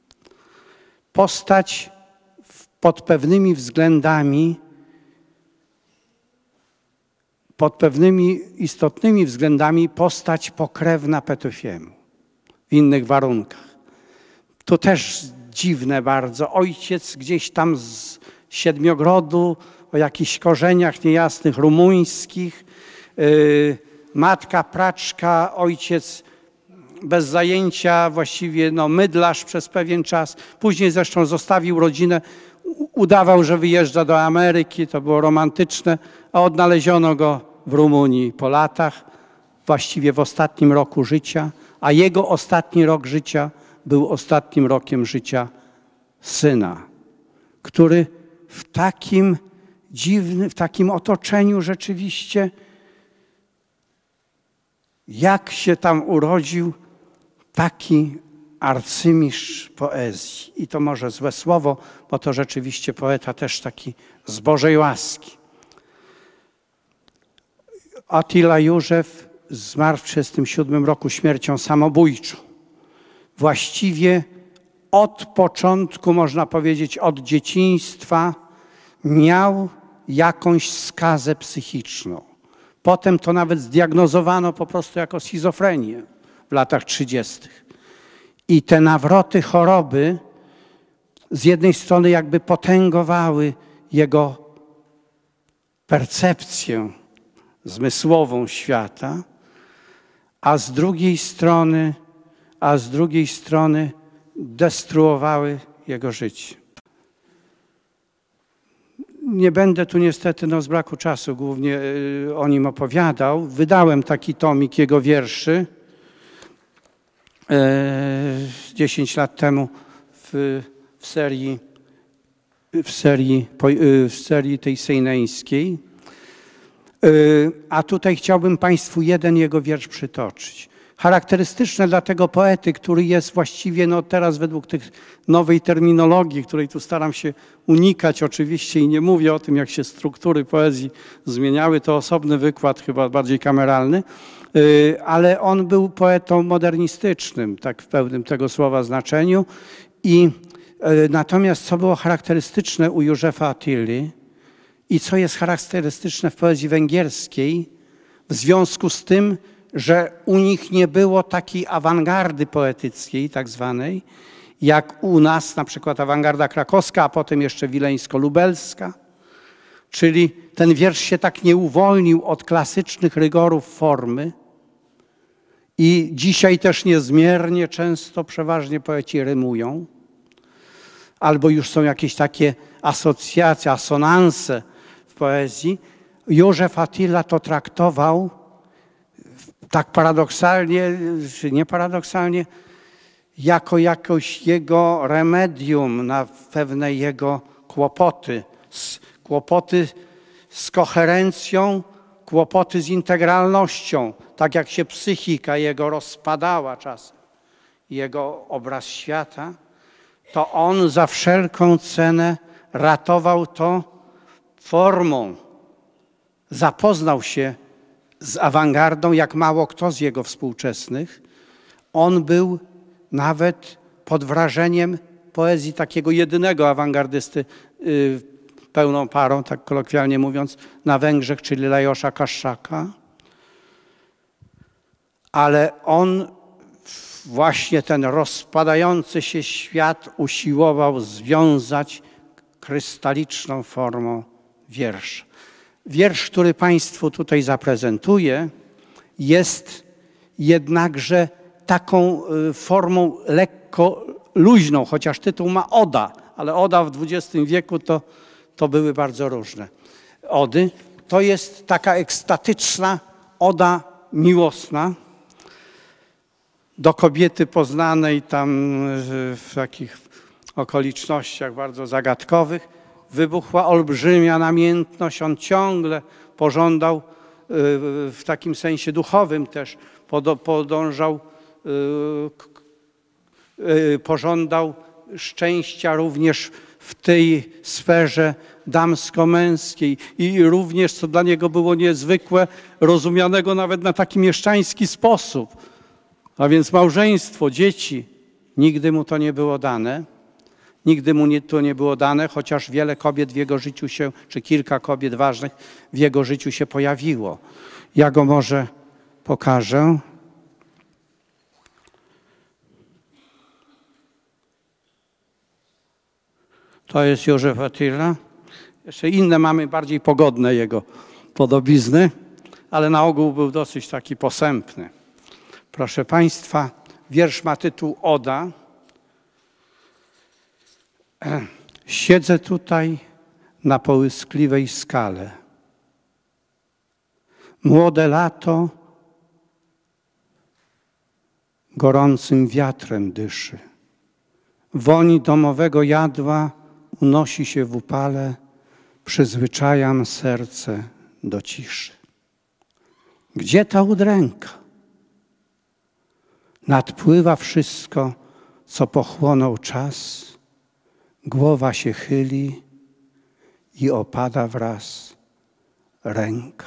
Postać pod pewnymi względami, pod pewnymi istotnymi względami postać pokrewna Petufiemu. W innych warunkach. To też dziwne bardzo. Ojciec gdzieś tam z Siedmiogrodu, o jakichś korzeniach niejasnych, rumuńskich. Yy, matka praczka, ojciec bez zajęcia, właściwie no, mydlarz przez pewien czas. Później zresztą zostawił rodzinę, udawał, że wyjeżdża do Ameryki, to było romantyczne, a odnaleziono go w Rumunii po latach, właściwie w ostatnim roku życia. A jego ostatni rok życia był ostatnim rokiem życia syna, który w takim dziwnym, w takim otoczeniu rzeczywiście jak się tam urodził taki arcymistrz poezji. I to może złe słowo, bo to rzeczywiście poeta też taki z Bożej łaski. Attila Józef zmarł w tysiąc dziewięćset trzydziestym siódmym roku śmiercią samobójczą. Właściwie od początku, można powiedzieć, od dzieciństwa miał jakąś skazę psychiczną. Potem to nawet zdiagnozowano po prostu jako schizofrenię w latach trzydziestych. I te nawroty choroby z jednej strony jakby potęgowały jego percepcję zmysłową świata, a z drugiej strony, a z drugiej strony destruowały jego życie. Nie będę tu niestety no, z braku czasu głównie y, o nim opowiadał. Wydałem taki tomik jego wierszy y, dziesięć lat temu w, w, serii, w, serii, y, w serii tej sejneńskiej. Y, a tutaj chciałbym Państwu jeden jego wiersz przytoczyć. Charakterystyczne dla tego poety, który jest właściwie no teraz według tych nowej terminologii, której tu staram się unikać oczywiście i nie mówię o tym, jak się struktury poezji zmieniały, to osobny wykład, chyba bardziej kameralny, ale on był poetą modernistycznym, tak w pełnym tego słowa znaczeniu. I natomiast co było charakterystyczne u Józefa Attilli i co jest charakterystyczne w poezji węgierskiej, w związku z tym, że u nich nie było takiej awangardy poetyckiej tak zwanej, jak u nas na przykład awangarda krakowska, a potem jeszcze wileńsko-lubelska. Czyli ten wiersz się tak nie uwolnił od klasycznych rygorów formy i dzisiaj też niezmiernie często przeważnie poeci rymują, albo już są jakieś takie asocjacje, asonanse w poezji. Józef Attila to traktował tak paradoksalnie, czy nie paradoksalnie, jako jakoś jego remedium na pewne jego kłopoty. Kłopoty z koherencją, kłopoty z integralnością. Tak jak się psychika jego rozpadała czasem, jego obraz świata, to on za wszelką cenę ratował to formą. Zapoznał się z awangardą, jak mało kto z jego współczesnych. On był nawet pod wrażeniem poezji takiego jedynego awangardysty yy, pełną parą, tak kolokwialnie mówiąc, na Węgrzech, czyli Lajosza Kaszaka. Ale on właśnie ten rozpadający się świat usiłował związać krystaliczną formą wiersza. Wiersz, który Państwu tutaj zaprezentuję, jest jednakże taką formą lekko luźną, chociaż tytuł ma Oda, ale Oda w dwudziestym wieku to, to były bardzo różne ody. To jest taka ekstatyczna oda miłosna do kobiety poznanej tam w takich okolicznościach bardzo zagadkowych. Wybuchła olbrzymia namiętność, on ciągle pożądał w takim sensie duchowym też, podążał, pożądał szczęścia również w tej sferze damsko-męskiej i również, co dla niego było niezwykłe, rozumianego nawet na taki mieszczański sposób, a więc małżeństwo, dzieci. Nigdy mu to nie było dane. Nigdy mu to nie było dane, chociaż wiele kobiet w jego życiu się, czy kilka kobiet ważnych w jego życiu się pojawiło. Ja go może pokażę. To jest Józef Attila. Jeszcze inne mamy, bardziej pogodne jego podobizny, ale na ogół był dosyć taki posępny. Proszę Państwa, wiersz ma tytuł Oda. Siedzę tutaj na połyskliwej skale. Młode lato gorącym wiatrem dyszy. Woń domowego jadła unosi się w upale. Przyzwyczajam serce do ciszy. Gdzie ta udręka? Nadpływa wszystko, co pochłonął czas, głowa się chyli i opada wraz ręka.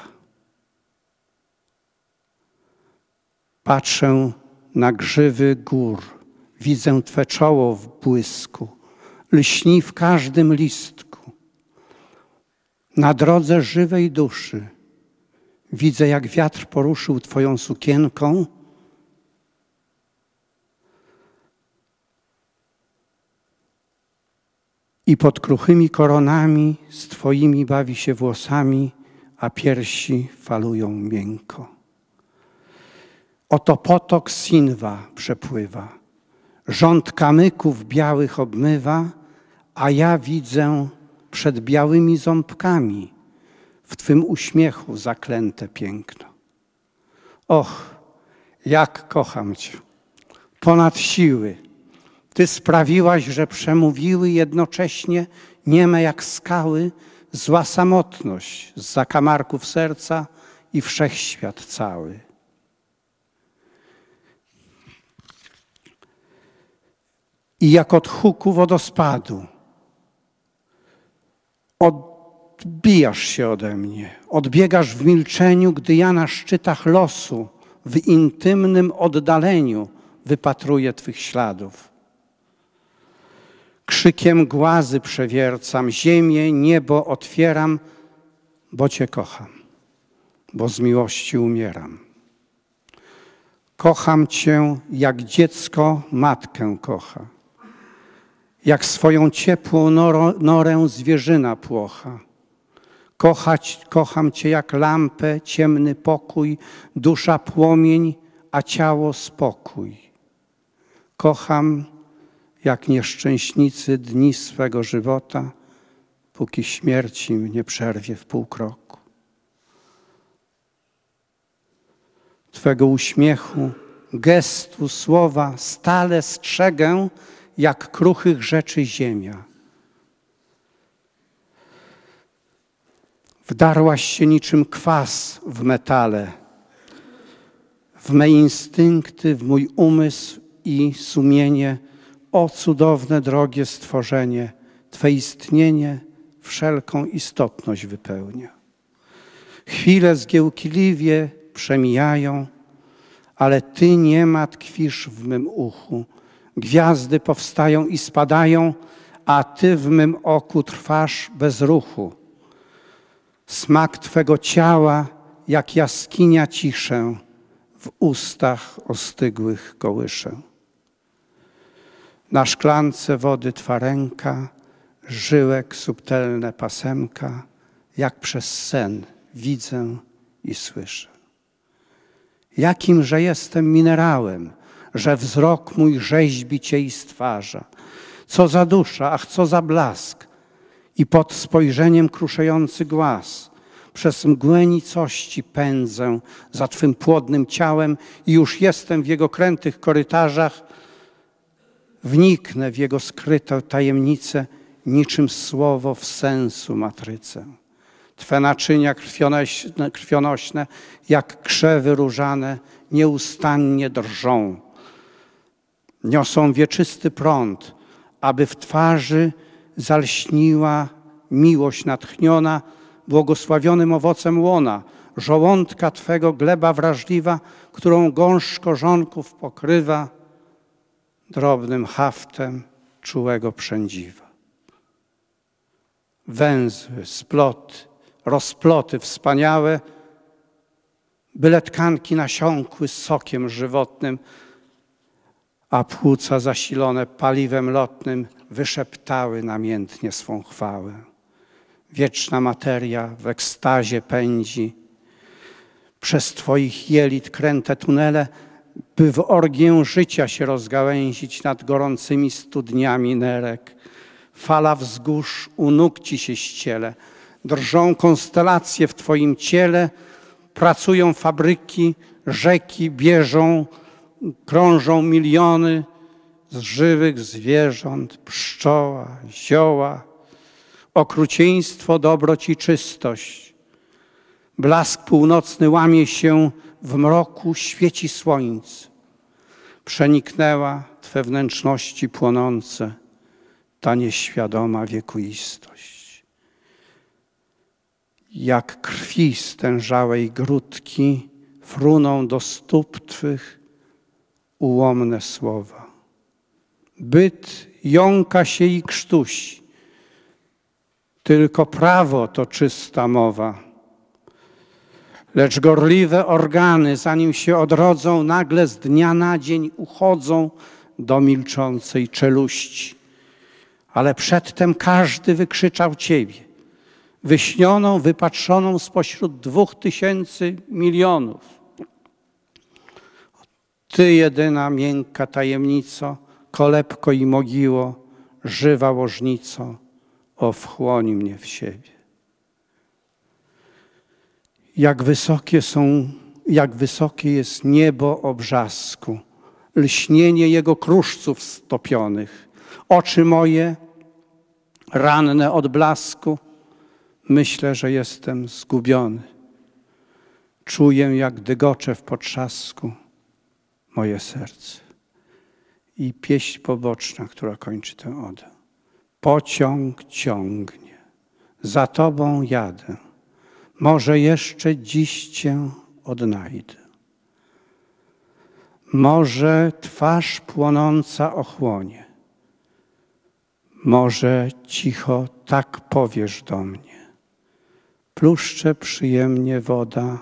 Patrzę na grzywy gór, widzę Twe czoło w błysku, lśni w każdym listku. Na drodze żywej duszy widzę, jak wiatr poruszył Twoją sukienką. I pod kruchymi koronami z Twoimi bawi się włosami, a piersi falują miękko. Oto potok Sinwa przepływa, rząd kamyków białych obmywa, a ja widzę przed białymi ząbkami w Twym uśmiechu zaklęte piękno. Och, jak kocham Cię, ponad siły. Ty sprawiłaś, że przemówiły jednocześnie nieme jak skały zła samotność z zakamarków serca i wszechświat cały. I jak od huku wodospadu odbijasz się ode mnie, odbiegasz w milczeniu, gdy ja na szczytach losu w intymnym oddaleniu wypatruję Twych śladów. Krzykiem głazy przewiercam, ziemię, niebo otwieram, bo Cię kocham, bo z miłości umieram. Kocham Cię, jak dziecko matkę kocha, jak swoją ciepłą noro, norę zwierzyna płocha. Kochać, kocham Cię jak lampę, ciemny pokój, dusza płomień, a ciało spokój. Kocham jak nieszczęśnicy dni swego żywota, póki śmierć im nie przerwie w pół kroku. Twego uśmiechu, gestu, słowa stale strzegę, jak kruchych rzeczy ziemia. Wdarłaś się niczym kwas w metale, w me instynkty, w mój umysł i sumienie. O cudowne, drogie stworzenie, Twe istnienie wszelką istotność wypełnia. Chwile zgiełkliwie przemijają, ale Ty niema tkwisz w mym uchu. Gwiazdy powstają i spadają, a Ty w mym oku trwasz bez ruchu. Smak Twego ciała, jak jaskinia ciszę, w ustach ostygłych kołyszę. Na szklance wody Twa ręka, żyłek subtelne pasemka, jak przez sen widzę i słyszę. Jakimże jestem minerałem, że wzrok mój rzeźbi Cię i stwarza. Co za dusza, ach co za blask i pod spojrzeniem kruszejący głaz. Przez mgłę nicości pędzę za Twym płodnym ciałem i już jestem w jego krętych korytarzach. Wniknę w jego skryte tajemnice, niczym słowo w sensu matrycę. Twe naczynia krwionośne, krwionośne jak krzewy różane, nieustannie drżą. Niosą wieczysty prąd, aby w twarzy zalśniła miłość natchniona, błogosławionym owocem łona, żołądka Twego gleba wrażliwa, którą gąszcz korzonków pokrywa drobnym haftem czułego przędziwa. Węzły, sploty, rozploty wspaniałe, byle tkanki nasiąkły sokiem żywotnym, a płuca zasilone paliwem lotnym wyszeptały namiętnie swą chwałę. Wieczna materia w ekstazie pędzi przez Twoich jelit kręte tunele, by w orgię życia się rozgałęzić nad gorącymi studniami nerek. Fala wzgórz u nóg Ci się ściele, drżą konstelacje w Twoim ciele, pracują fabryki, rzeki bieżą, krążą miliony z żywych zwierząt, pszczoła, zioła, okrucieństwo, dobroć i czystość. Blask północny łamie się w mroku, świeci słońce. przeniknęła Twe wnętrzności płonące, ta nieświadoma wiekuistość. Jak krwi stężałej grudki fruną do stóp Twych ułomne słowa. Byt jąka się i krztusi, tylko prawo to czysta mowa. Lecz gorliwe organy, zanim się odrodzą, nagle z dnia na dzień uchodzą do milczącej czeluści. Ale przedtem każdy wykrzyczał Ciebie, wyśnioną, wypatrzoną spośród dwóch tysięcy milionów. Ty jedyna miękka tajemnico, kolebko i mogiło, żywa łożnico, o wchłoń mnie w siebie. Jak wysokie są, jak wysokie jest niebo o brzasku, lśnienie jego kruszców stopionych. Oczy moje, ranne od blasku, myślę, że jestem zgubiony. Czuję, jak dygocze w potrzasku moje serce. I pieśń poboczna, która kończy tę odę. Pociąg ciągnie, za Tobą jadę. Może jeszcze dziś Cię odnajdę. Może twarz płonąca ochłonie. Może cicho tak powiesz do mnie. Pluszcze przyjemnie woda.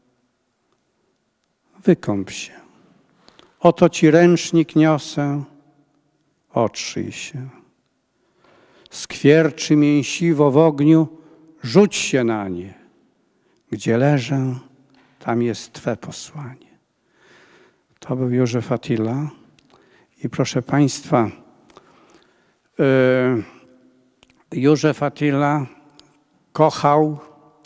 Wykąp się. Oto Ci ręcznik niosę. Otrzyj się. Skwierczy mięsiwo w ogniu. Rzuć się na nie. Gdzie leżę, tam jest Twe posłanie. To był Józef Attila. I proszę Państwa, yy, Józef Attila kochał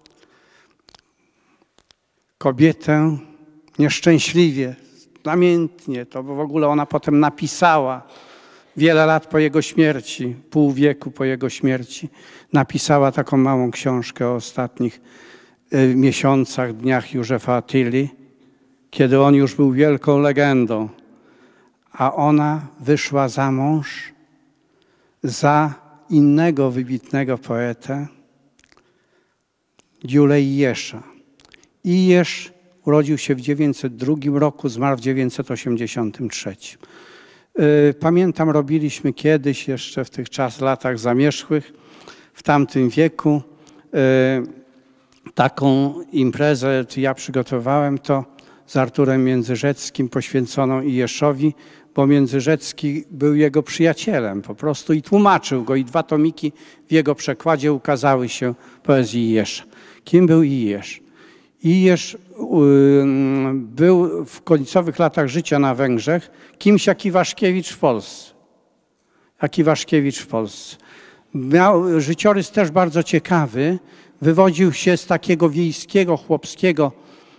kobietę nieszczęśliwie, namiętnie. To w ogóle ona potem napisała wiele lat po jego śmierci, pół wieku po jego śmierci, napisała taką małą książkę o ostatnich miesiącach, dniach Józefa Attili, kiedy on już był wielką legendą, a ona wyszła za mąż za innego wybitnego poetę, Dziule Ijesza. Ijesz urodził się w dziewięćset drugim roku, zmarł w dziewięćset osiemdziesiątym trzecim. Pamiętam, robiliśmy kiedyś, jeszcze w tych czas, latach zamierzchłych, w tamtym wieku, taką imprezę ja przygotowałem to z Arturem Międzyrzeckim, poświęconą Ijeszowi, bo Międzyrzecki był jego przyjacielem po prostu i tłumaczył go i dwa tomiki w jego przekładzie ukazały się poezji Ijesza. Kim był Ijesz? Ijesz był w końcowych latach życia na Węgrzech kimś jak Iwaszkiewicz w Polsce. Jak Iwaszkiewicz w Polsce. Miał życiorys też bardzo ciekawy. Wywodził się z takiego wiejskiego, chłopskiego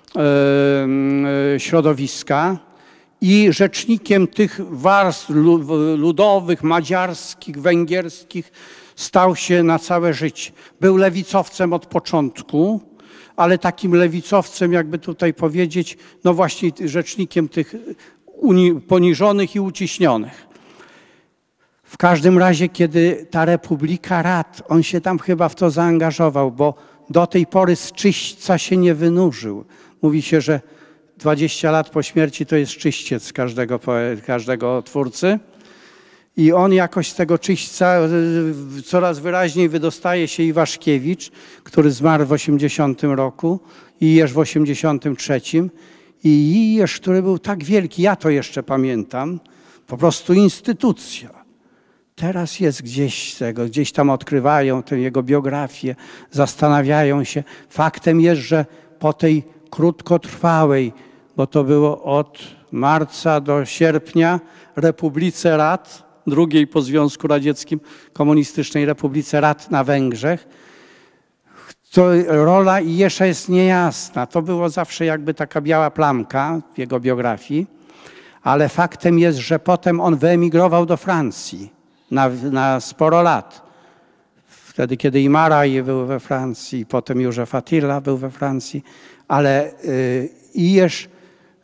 e, środowiska i rzecznikiem tych warstw ludowych, madziarskich, węgierskich stał się na całe życie. Był lewicowcem od początku, ale takim lewicowcem, jakby tutaj powiedzieć, no właśnie rzecznikiem tych poniżonych i uciśnionych. W każdym razie, kiedy ta Republika Rad, on się tam chyba w to zaangażował, bo do tej pory z czyśćca się nie wynurzył. Mówi się, że dwadzieścia lat po śmierci to jest czyściec każdego, każdego twórcy. I on jakoś z tego czyśćca coraz wyraźniej wydostaje się Iwaszkiewicz, który zmarł w osiemdziesiątym roku, Ijesz w osiemdziesiątym trzecim. I Ijesz, który był tak wielki, ja to jeszcze pamiętam, po prostu instytucja. Teraz jest gdzieś tego, gdzieś tam odkrywają tę jego biografię, zastanawiają się. Faktem jest, że po tej krótkotrwałej, bo to było od marca do sierpnia, Republice Rad, drugiej po Związku Radzieckim, komunistycznej Republice Rad na Węgrzech, to rola Ijesza jest niejasna. To było zawsze jakby taka biała plamka w jego biografii, ale faktem jest, że potem on wyemigrował do Francji na, na sporo lat. Wtedy, kiedy i Maraj był we Francji, potem Józef Attila był we Francji, ale y, Ijesz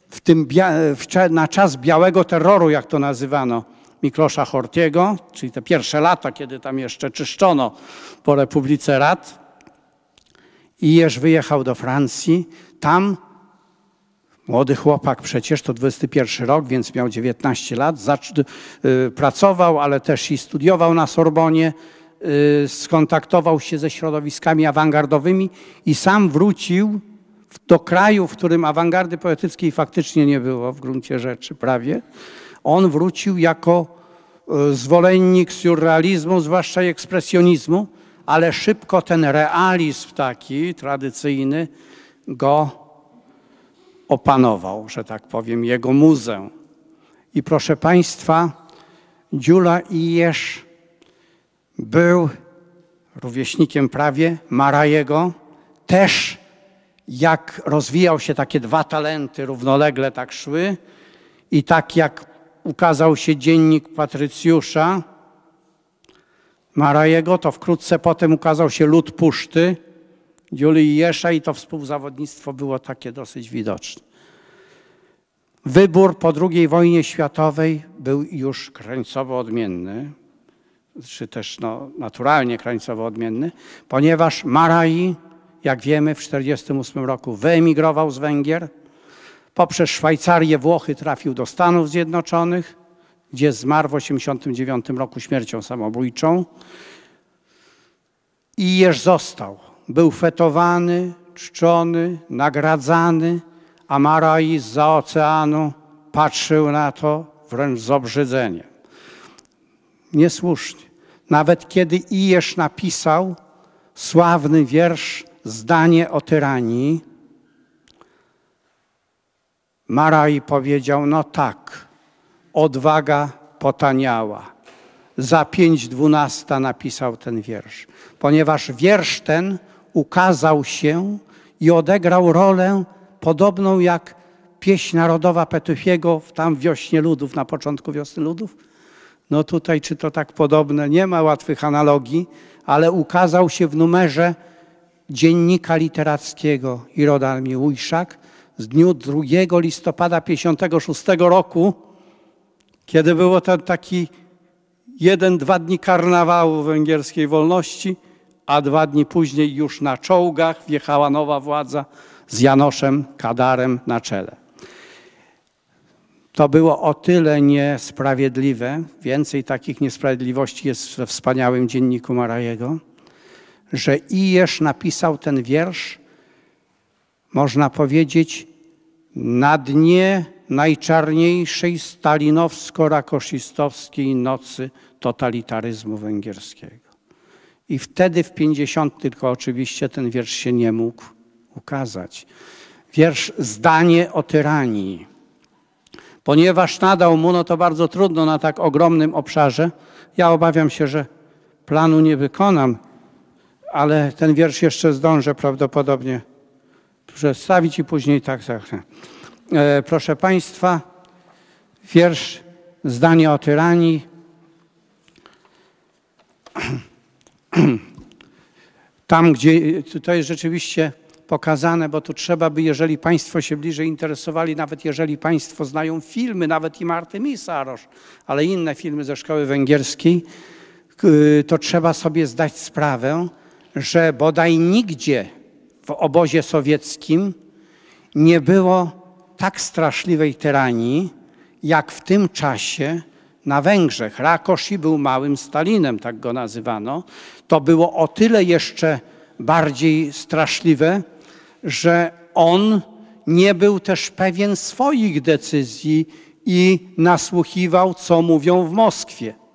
w tym bia- w cze- na czas białego terroru, jak to nazywano, Miklosza Horthyego, czyli te pierwsze lata, kiedy tam jeszcze czyszczono po Republice Rad. Ijerz wyjechał do Francji. Tam młody chłopak przecież, to dwudziesty pierwszy rok, więc miał dziewiętnaście lat, Zacz- y, pracował, ale też i studiował na Sorbonie, y, skontaktował się ze środowiskami awangardowymi i sam wrócił do kraju, w którym awangardy poetyckiej faktycznie nie było w gruncie rzeczy prawie. On wrócił jako y, zwolennik surrealizmu, zwłaszcza i ekspresjonizmu, ale szybko ten realizm taki tradycyjny go opanował, że tak powiem, jego muzę. I proszę Państwa, Gyula Ijerz był rówieśnikiem prawie Marajego. Też jak rozwijał się, takie dwa talenty równolegle tak szły i tak jak ukazał się dziennik Patrycjusza Marajego, to wkrótce potem ukazał się Lud Puszty Gyuli Ijerza i to współzawodnictwo było takie dosyć widoczne. Wybór po drugiej wojnie światowej był już krańcowo odmienny, czy też no, naturalnie krańcowo odmienny, ponieważ Maraj, jak wiemy, w tysiąc dziewięćset czterdziestym ósmym roku wyemigrował z Węgier, poprzez Szwajcarię, Włochy trafił do Stanów Zjednoczonych, gdzie zmarł w tysiąc dziewięćset osiemdziesiątym dziewiątym roku śmiercią samobójczą. Ijerz został. Był fetowany, czczony, nagradzany, a Maraj zza oceanu patrzył na to wręcz z obrzydzeniem. Niesłusznie. Nawet kiedy Ijerz napisał sławny wiersz Zdanie o tyranii, Maraj powiedział, no tak, odwaga potaniała. Za pięć dwunasta napisał ten wiersz, ponieważ wiersz ten ukazał się i odegrał rolę podobną jak pieśń narodowa Petufiego tam w Wiośnie Ludów, na początku Wiosny Ludów. No tutaj czy to tak podobne, nie ma łatwych analogii, ale ukazał się w numerze Dziennika Literackiego Iroda Armii Ujszak z dnia drugiego listopada tysiąc dziewięćset pięćdziesiątego szóstego roku, kiedy było ten taki jeden, dwa dni karnawału węgierskiej wolności, a dwa dni później już na czołgach wjechała nowa władza z Janoszem Kadarem na czele. To było o tyle niesprawiedliwe, więcej takich niesprawiedliwości jest we wspaniałym dzienniku Marajego, że Ijerz napisał ten wiersz, można powiedzieć, na dnie najczarniejszej stalinowsko-rakoszistowskiej nocy totalitaryzmu węgierskiego. I wtedy w pięćdziesiątym tylko oczywiście ten wiersz się nie mógł ukazać. Wiersz Zdanie o tyranii. Ponieważ nadał mu, no to bardzo trudno na tak ogromnym obszarze. Ja obawiam się, że planu nie wykonam, ale ten wiersz jeszcze zdążę prawdopodobnie przedstawić i później tak zacznę. E, proszę Państwa, wiersz Zdanie o tyranii. Tam, gdzie to jest rzeczywiście pokazane, bo tu trzeba by, jeżeli Państwo się bliżej interesowali, nawet jeżeli Państwo znają filmy, nawet i Marty Misarosz, ale inne filmy ze szkoły węgierskiej, to trzeba sobie zdać sprawę, że bodaj nigdzie w obozie sowieckim nie było tak straszliwej tyranii, jak w tym czasie na Węgrzech. Rákosi był małym Stalinem, tak go nazywano. To było o tyle jeszcze bardziej straszliwe, że on nie był też pewien swoich decyzji i nasłuchiwał, co mówią w Moskwie.